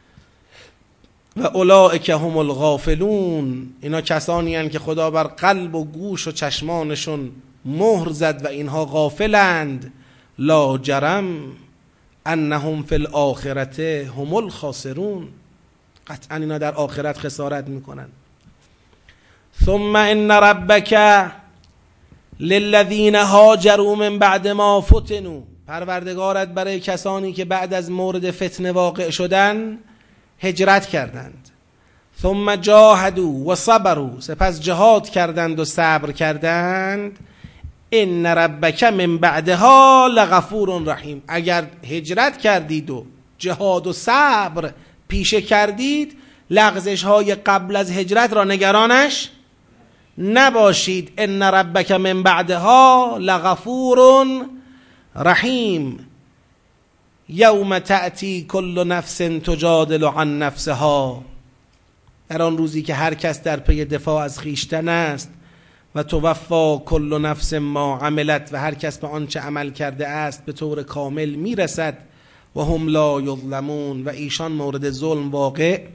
و اولئک هم الغافلون. اینا کسانی هستند که خدا بر قلب و گوش و چشمانشون مهر زد و اینها غافلند. لا جرم انهم فی الاخرة هم الخاسرون. قطعا اینا در آخرت خسارت میکنن. ثم ان ربک للذین هاجروا من بعد ما فتنوا. پروردگارت برای کسانی که بعد از مورد فتنه واقع شدن هجرت کردند. ثم جاهدوا و صبروا. سپس جهاد کردند و صبر کردند. ان ربک من بعدها لغفور رحیم. اگر هجرت کردید و جهاد و صبر پیشه کردید، لغزش های قبل از هجرت را نگرانش نباشید. ان ربک من بعدها لغفور رحیم. یوم تأتی کل نفس تجادل عن نفسها. در آن روزی که هر کس در پی دفاع از خویشتن است. و توفا کل نفس ما عملت. و هر کس به آنچه عمل کرده است به طور کامل میرسد. و هم لا یظلمون. و ایشان مورد ظلم واقع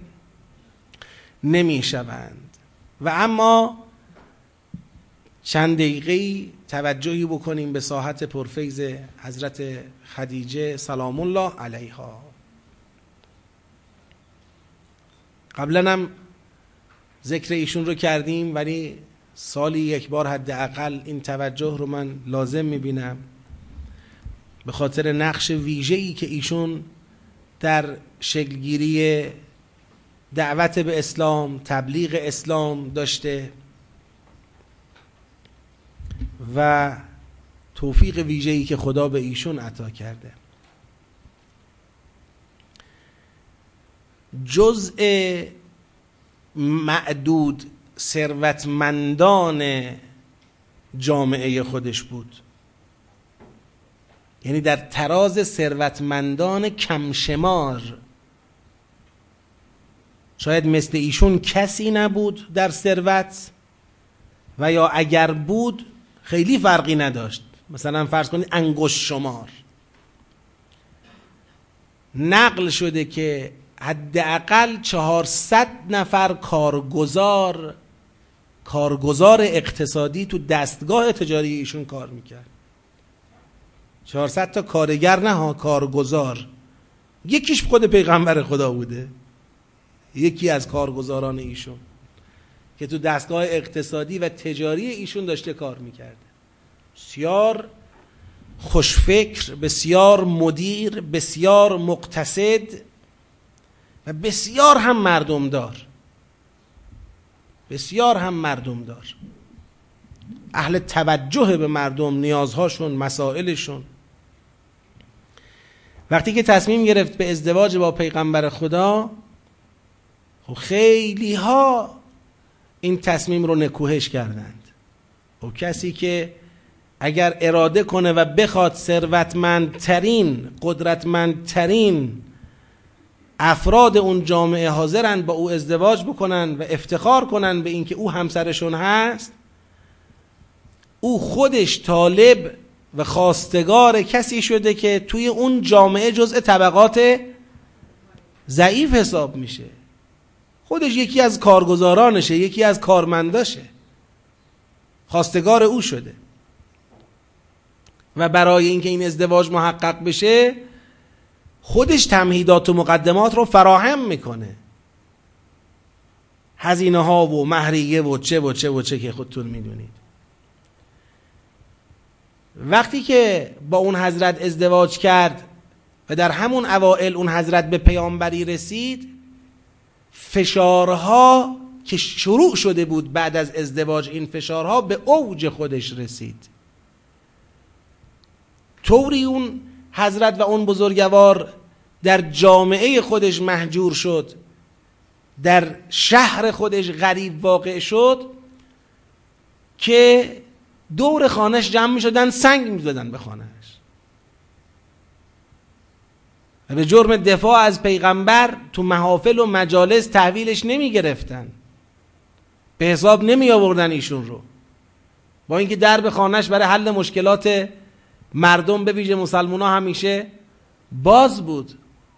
نمیشوند. و اما چند دقیقه توجهی بکنیم به ساحت پرفیض حضرت خدیجه سلام الله علیها. قبلا هم ذکر ایشون رو کردیم، ولی سالی یک بار حداقل این توجه رو من لازم میبینم به خاطر نقش ویژه‌ای که ایشون در شکلگیری دعوت به اسلام، تبلیغ اسلام داشته و توفیق ویژه‌ای که خدا به ایشون عطا کرده. جزء معدود ثروتمندان جامعه خودش بود. یعنی در تراز ثروتمندان کمشمار. شاید مثل ایشون کسی نبود در ثروت، و یا اگر بود خیلی فرقی نداشت. مثلا فرض کنید انگشت شمار. نقل شده که حداقل 400 نفر کارگزار اقتصادی تو دستگاه تجاری ایشون کار میکرد. 400 تا کارگر، نه ها، کارگزار. یکیش خود پیغمبر خدا بوده، یکی از کارگزاران ایشون که تو دستگاه اقتصادی و تجاری ایشون داشته کار میکرده. بسیار خوشفکر، بسیار مدیر، بسیار مقتصد و بسیار هم مردم دار. اهل توجه به مردم، نیازهاشون، مسائلشون. وقتی که تصمیم گرفت به ازدواج با پیغمبر خدا، خیلی ها این تصمیم رو نکوهش کردند. و کسی که اگر اراده کنه و بخواد ثروتمندترین، قدرتمندترین افراد اون جامعه حاضرن با او ازدواج بکنن و افتخار کنن به اینکه او همسرشون هست، او خودش طالب و خواستگار کسی شده که توی اون جامعه جزء طبقات ضعیف حساب میشه. خودش یکی از کارگزارانشه، یکی از کارمنداشه، خواستگار او شده. و برای اینکه این ازدواج محقق بشه خودش تمهیدات و مقدمات رو فراهم میکنه. هزینه ها و مهریه و چه که خودتون میدونید. وقتی که با اون حضرت ازدواج کرد و در همون اوائل اون حضرت به پیامبری رسید، فشارها که شروع شده بود بعد از ازدواج، این فشارها به اوج خودش رسید. طوری اون حضرت و اون بزرگوار در جامعه خودش مهجور شد، در شهر خودش غریب واقع شد که دور خانهش جمع می شدن، سنگ می زدن به خانهش و به جرم دفاع از پیغمبر تو محافل و مجالس تحویلش نمی گرفتن، به حساب نمی آوردن ایشون رو. با اینکه درب خانهش برای حل مشکلات مردم به ویژه مسلمان‌ها همیشه باز بود.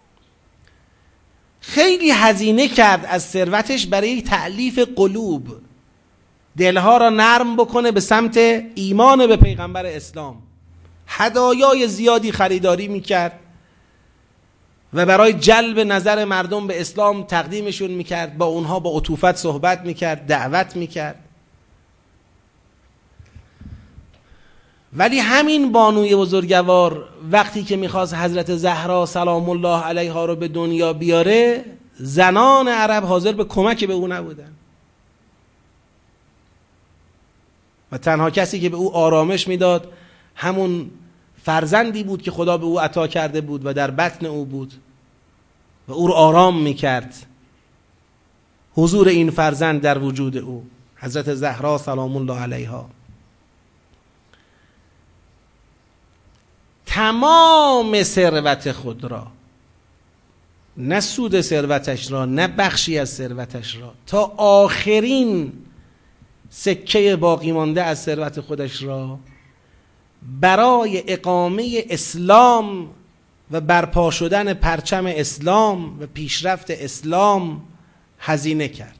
خیلی هزینه کرد از ثروتش برای تألیف قلوب، دلها را نرم بکنه به سمت ایمان به پیغمبر اسلام. هدایای زیادی خریداری میکرد و برای جلب نظر مردم به اسلام تقدیمشون میکرد، با اونها با عطوفت صحبت میکرد، دعوت میکرد. ولی همین بانوی بزرگوار وقتی که میخواست حضرت زهرا سلام الله علیها رو به دنیا بیاره، زنان عرب حاضر به کمک به او نبودن و تنها کسی که به او آرامش میداد همون فرزندی بود که خدا به او عطا کرده بود و در بطن او بود و او رو آرام میکرد حضور این فرزند در وجود او، حضرت زهرا سلام الله علیها. تمام ثروت خود را، نه سود ثروتش را، نه بخشی از ثروتش را، تا آخرین سکه باقی مانده از ثروت خودش را برای اقامه اسلام و برپا شدن پرچم اسلام و پیشرفت اسلام هزینه کرد.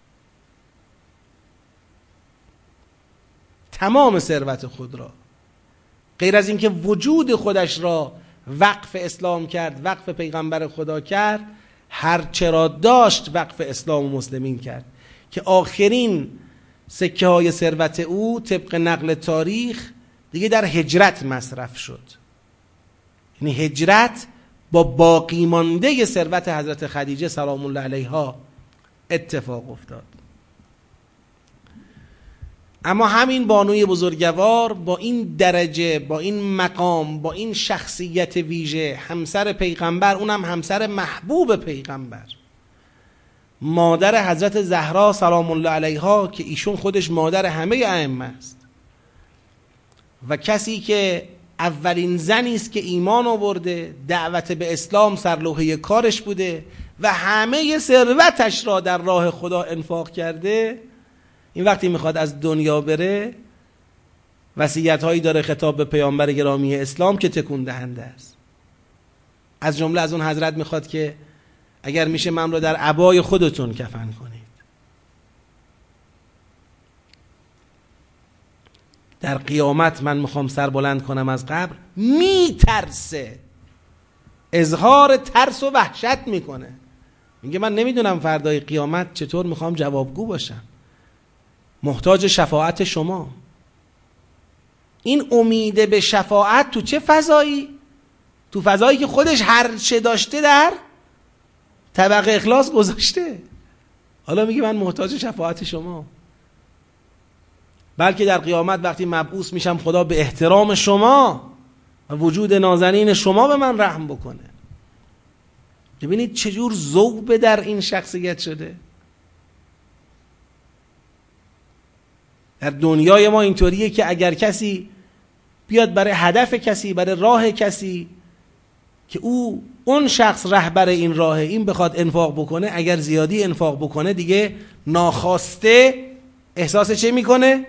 تمام ثروت خود را، غیر از اینکه وجود خودش را وقف اسلام کرد، وقف پیغمبر خدا کرد، هر چرا داشت وقف اسلام و مسلمین کرد که آخرین سکه های ثروت او طبق نقل تاریخ دیگه در هجرت مصرف شد. یعنی هجرت با باقی مانده ثروت حضرت خدیجه سلام الله علیها اتفاق افتاد. اما همین بانوی بزرگوار با این درجه، با این مقام، با این شخصیت ویژه، همسر پیغمبر، اونم همسر محبوب پیغمبر، مادر حضرت زهرا سلام الله علیها که ایشون خودش مادر همه ائمه است و کسی که اولین زنی است که ایمان آورده، دعوت به اسلام سرلوحه کارش بوده و همه ثروتش را در راه خدا انفاق کرده، این وقتی میخواد از دنیا بره وصیت هایی داره خطاب به پیامبر گرامی اسلام که تکون دهنده است. از جمله از اون حضرت میخواد که اگر میشه من رو در عبای خودتون کفن کنید. در قیامت من میخوام سر بلند کنم از قبر. میترسه، اظهار ترس و وحشت میکنه، میگه من نمیدونم فردای قیامت چطور میخوام جوابگو باشم، محتاج شفاعت شما. این امید به شفاعت تو چه فضایی؟ تو فضایی که خودش هر چه داشته در طبق اخلاص گذاشته، حالا میگه من محتاج شفاعت شما. بلکه در قیامت وقتی مبعوث میشم خدا به احترام شما و وجود نازنین شما به من رحم بکنه. ببینید چجور ذوق در این شخصیت شده. در دنیای ما اینطوریه که اگر کسی بیاد برای هدف کسی، برای راه کسی که اون شخص رهبر این راهه، این بخواد انفاق بکنه، اگر زیادی انفاق بکنه دیگه ناخواسته احساس چه میکنه؟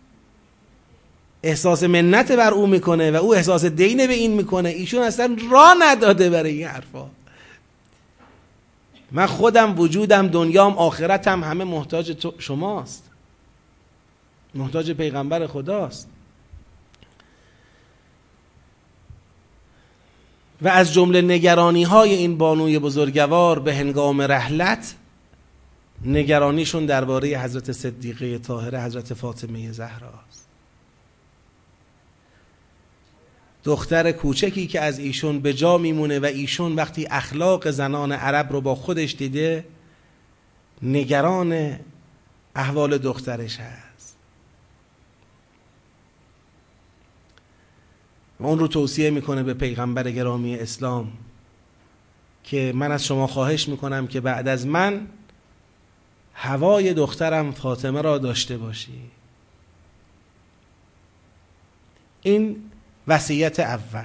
احساس منت بر او میکنه و او احساس دین به این میکنه. ایشون اصلا راه نداده برای این حرفا. من خودم، وجودم، دنیام، آخرتم همه محتاج شماست، محتاج پیغمبر خداست. و از جمله نگرانی های این بانوی بزرگوار به هنگام رحلت، نگرانیشون درباره حضرت صدیقه طاهره حضرت فاطمه زهرا است. دختر کوچکی که از ایشون به جا میمونه و ایشون وقتی اخلاق زنان عرب رو با خودش دیده نگران احوال دخترش هست و اون رو توصیه میکنه به پیغمبر گرامی اسلام که من از شما خواهش میکنم که بعد از من هوای دخترم فاطمه را داشته باشی. این وصیت اول.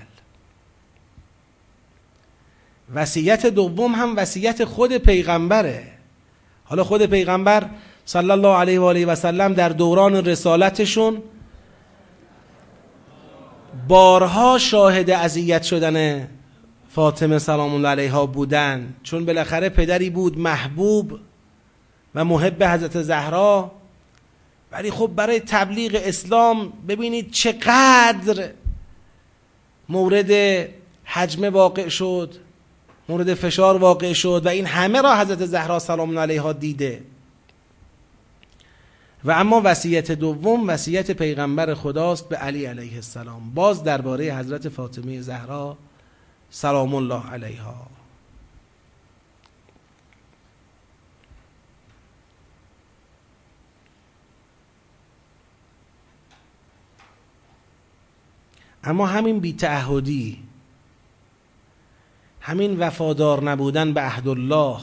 وصیت دوم هم وصیت خود پیغمبره. حالا خود پیغمبر صلی الله علیه و آله و سلم در دوران رسالتشون بارها شاهد اذیت شدن فاطمه سلام الله علیها بودن، چون بالاخره پدری بود محبوب و محب حضرت زهرا. ولی خب برای تبلیغ اسلام ببینید چقدر مورد هجمه واقع شد، مورد فشار واقع شد و این همه را حضرت زهرا سلام الله علیها دیده. و اما وصیت دوم وصیت پیغمبر خداست به علی علیه السلام، باز درباره حضرت فاطمه زهرا سلام الله علیها. اما همین بی‌تعهدی، همین وفادار نبودن به عهدالله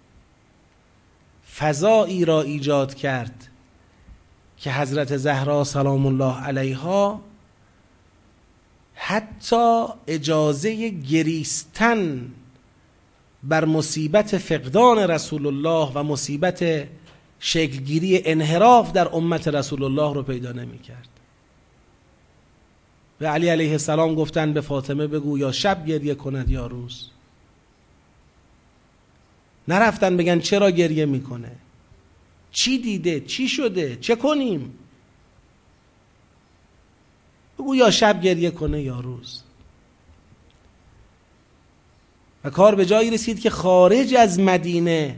فضایی را ایجاد کرد که حضرت زهرا سلام الله علیها حتی اجازه گریستن بر مصیبت فقدان رسول الله و مصیبت شکلگیری انحراف در امت رسول الله رو پیدا نمی کرد. و علی علیه السلام گفتن به فاطمه بگو یا شب گریه کند یا روز. نرفتن بگن چرا گریه میکنه، چی دیده، چی شده، چه کنیم. بگو یا شب گریه کنه یا روز. و کار به جایی رسید که خارج از مدینه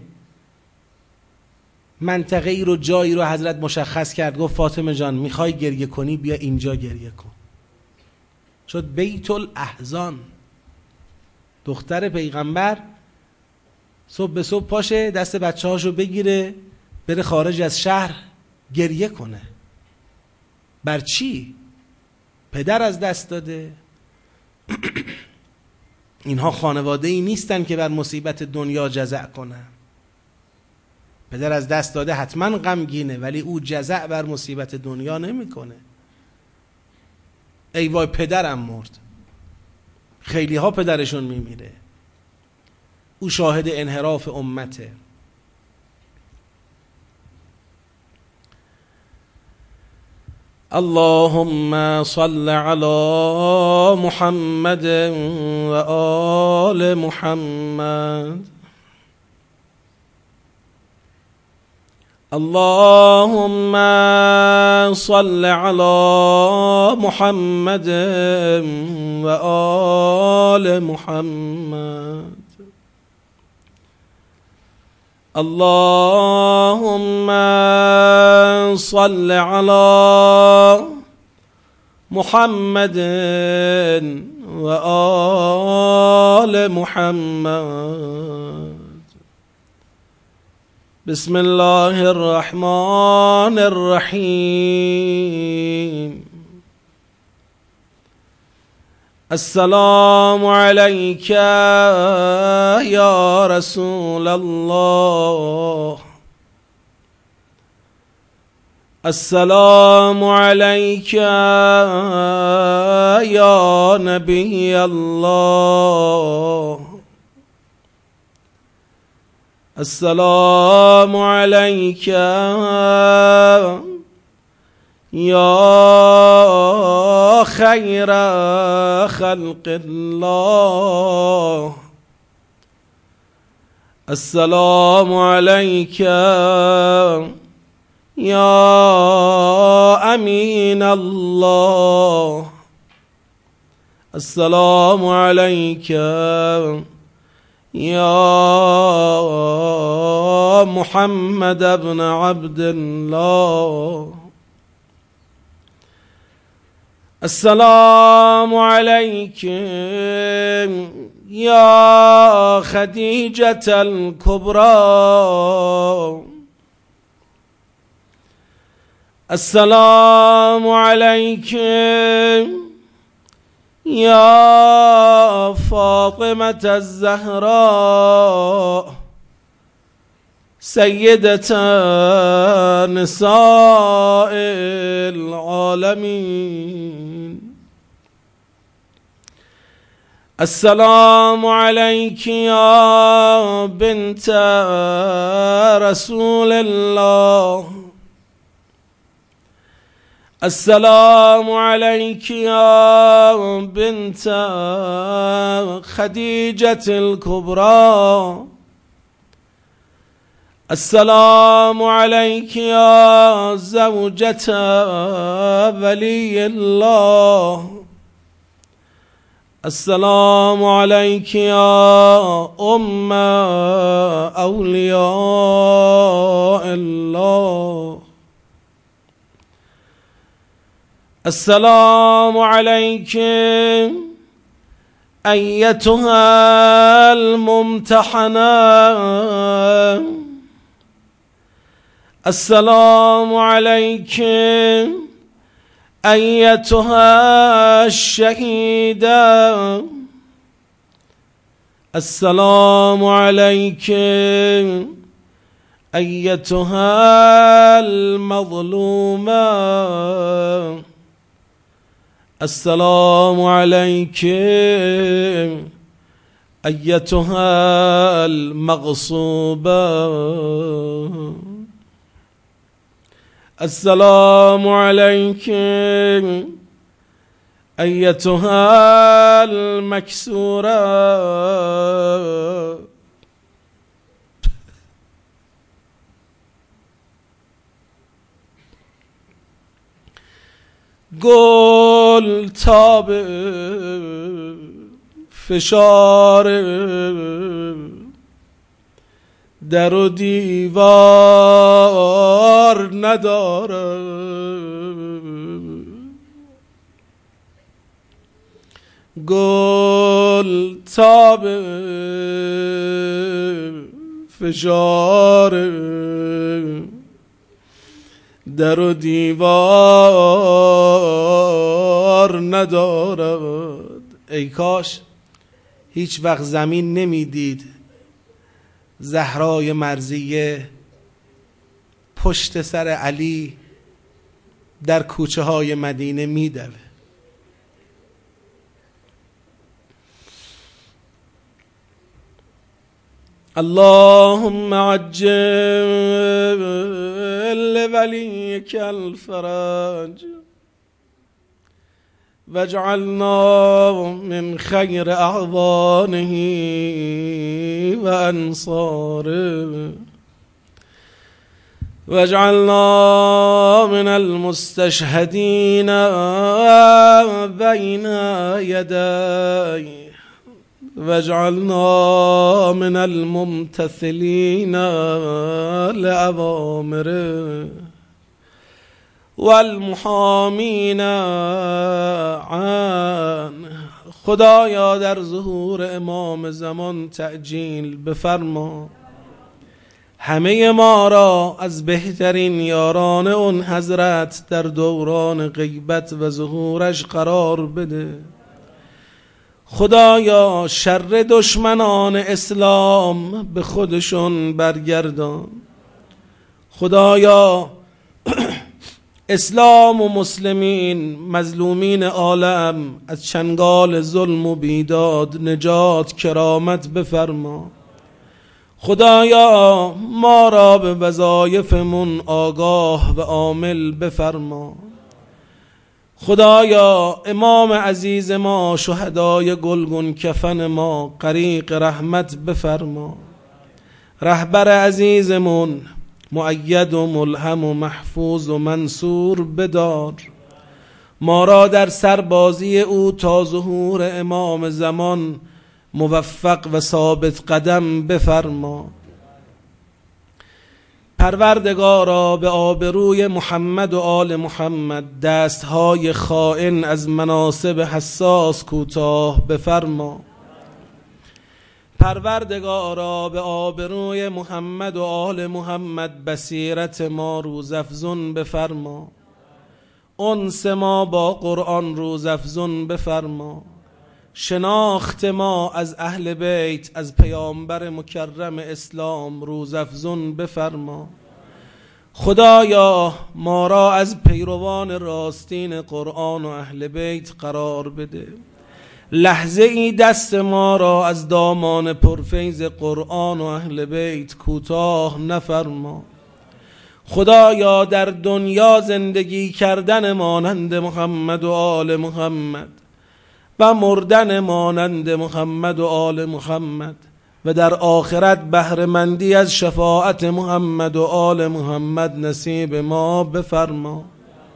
منطقه ای رو، جایی رو حضرت مشخص کرد، گفت فاطمه جان میخوای گریه کنی بیا اینجا گریه کن. شد بیت الاحزان. دختر پیغمبر صبح به صبح پاشه دست بچه هاشو بگیره بره خارج از شهر گریه کنه. بر چی؟ پدر از دست داده. اینها خانواده ای نیستن که بر مصیبت دنیا جزع کنن. پدر از دست داده حتما غمگینه، ولی او جزع بر مصیبت دنیا نمیکنه. ای وای پدرم مرد. خیلی ها پدرشون میمیره. او شاهد انحراف امته. اللهم صل على محمد و آل محمد. اللهم صل على محمد و آل محمد. اللهم صل على محمد و آل محمد. بسم الله الرحمن الرحیم. السلام عليك يا رسول الله. السلام عليك يا نبي الله. السلام عليك يا خير خلق الله. السلام عليك يا أمين الله. السلام عليك يا محمد بن عبد الله. السلام عليك يا خديجة الكبرى. السلام عليك يا فاطمة الزهراء سيدة نساء العالمين. السلام عليك يا بنت رسول الله. السلام عليك يا بنت خديجة الكبرى. السلام عليك يا زوجة ولي الله. السلام عليك يا أم أولياء الله. السلام عليك أيتها الممتحنة. السلام عليك أيتها الشهيدة. السلام عليك أيتها المظلومة. السلام عليك أيتها المغصوبة. السلام عليك أيتها المكسورة. گل تاب فشار در و دیوار ندارد. گل تاب فشار در و دیوار ندارد. ای کاش هیچ وقت زمین نمیدید زهرای مرضیه پشت سر علی در کوچه های مدینه میدوه. اللهم عجل لوليك الفرج واجعلنا من خير أعوانه وأنصاره واجعلنا من المستشهدين بين يديه واجعلنا من الممتثلين لأوامره والمحامین عنه. خدایا در ظهور امام زمان تعجیل بفرما. همه ما را از بهترین یاران اون حضرت در دوران غیبت و ظهورش قرار بده. خدایا شر دشمنان اسلام به خودشون برگردان. خدایا اسلام و مسلمین مظلومین عالم از چنگال ظلم و بیداد نجات کرامت بفرما. خدایا ما را به وظایفمون آگاه و عامل بفرما. خدایا امام عزیز ما شهدای گلگون کفن ما غریق رحمت بفرما. رهبر عزیزمون مؤید و ملهم و محفوظ و منصور بدار. ما را در سربازی او تا ظهور امام زمان موفق و ثابت قدم بفرما. پروردگارا به آبروی محمد و آل محمد دستهای خائن از مناصب حساس کوتاه بفرما. پروردگارا به آبروی محمد و آل محمد بصیرت ما روزافزون بفرما. انس ما با قرآن روزافزون بفرما. شناخت ما از اهل بیت از پیامبر مکرم اسلام روزافزون بفرما. خدایا ما را از پیروان راستین قرآن و اهل بیت قرار بده. لحظه ای دست ما را از دامان پرفیض قرآن و اهل بیت کوتاه نفرما. خدایا در دنیا زندگی کردن مانند محمد و آل محمد و مردن مانند محمد و آل محمد و در آخرت بهره‌مندی از شفاعت محمد و آل محمد نصیب ما بفرما.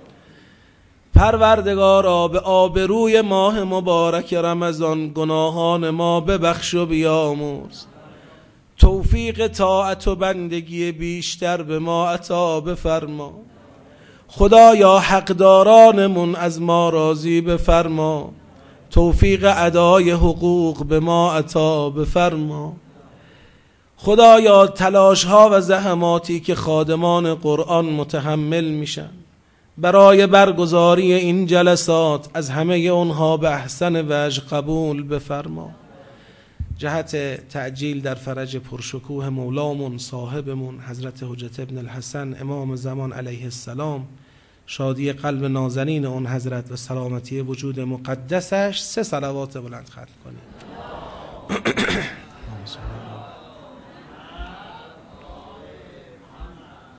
پروردگارا به آبروی ماه مبارک رمضان گناهان ما ببخش و بیامرز، توفیق طاعت و بندگی بیشتر به ما عطا بفرما. خدایا حقدارانمون از ما راضی بفرما، توفیق ادای حقوق به ما عطا بفرما. خدایا تلاش ها و زحماتی که خادمان قرآن متحمل میشن برای برگزاری این جلسات، از همه اونها به احسن وجه قبول بفرما. جهت تعجیل در فرج پرشکوه مولامون صاحبمون حضرت حجت ابن الحسن امام زمان علیه السلام، شادی قلب نازنین اون حضرت و سلامتی وجود مقدسش 3 صلوات بلند ختم کنیم.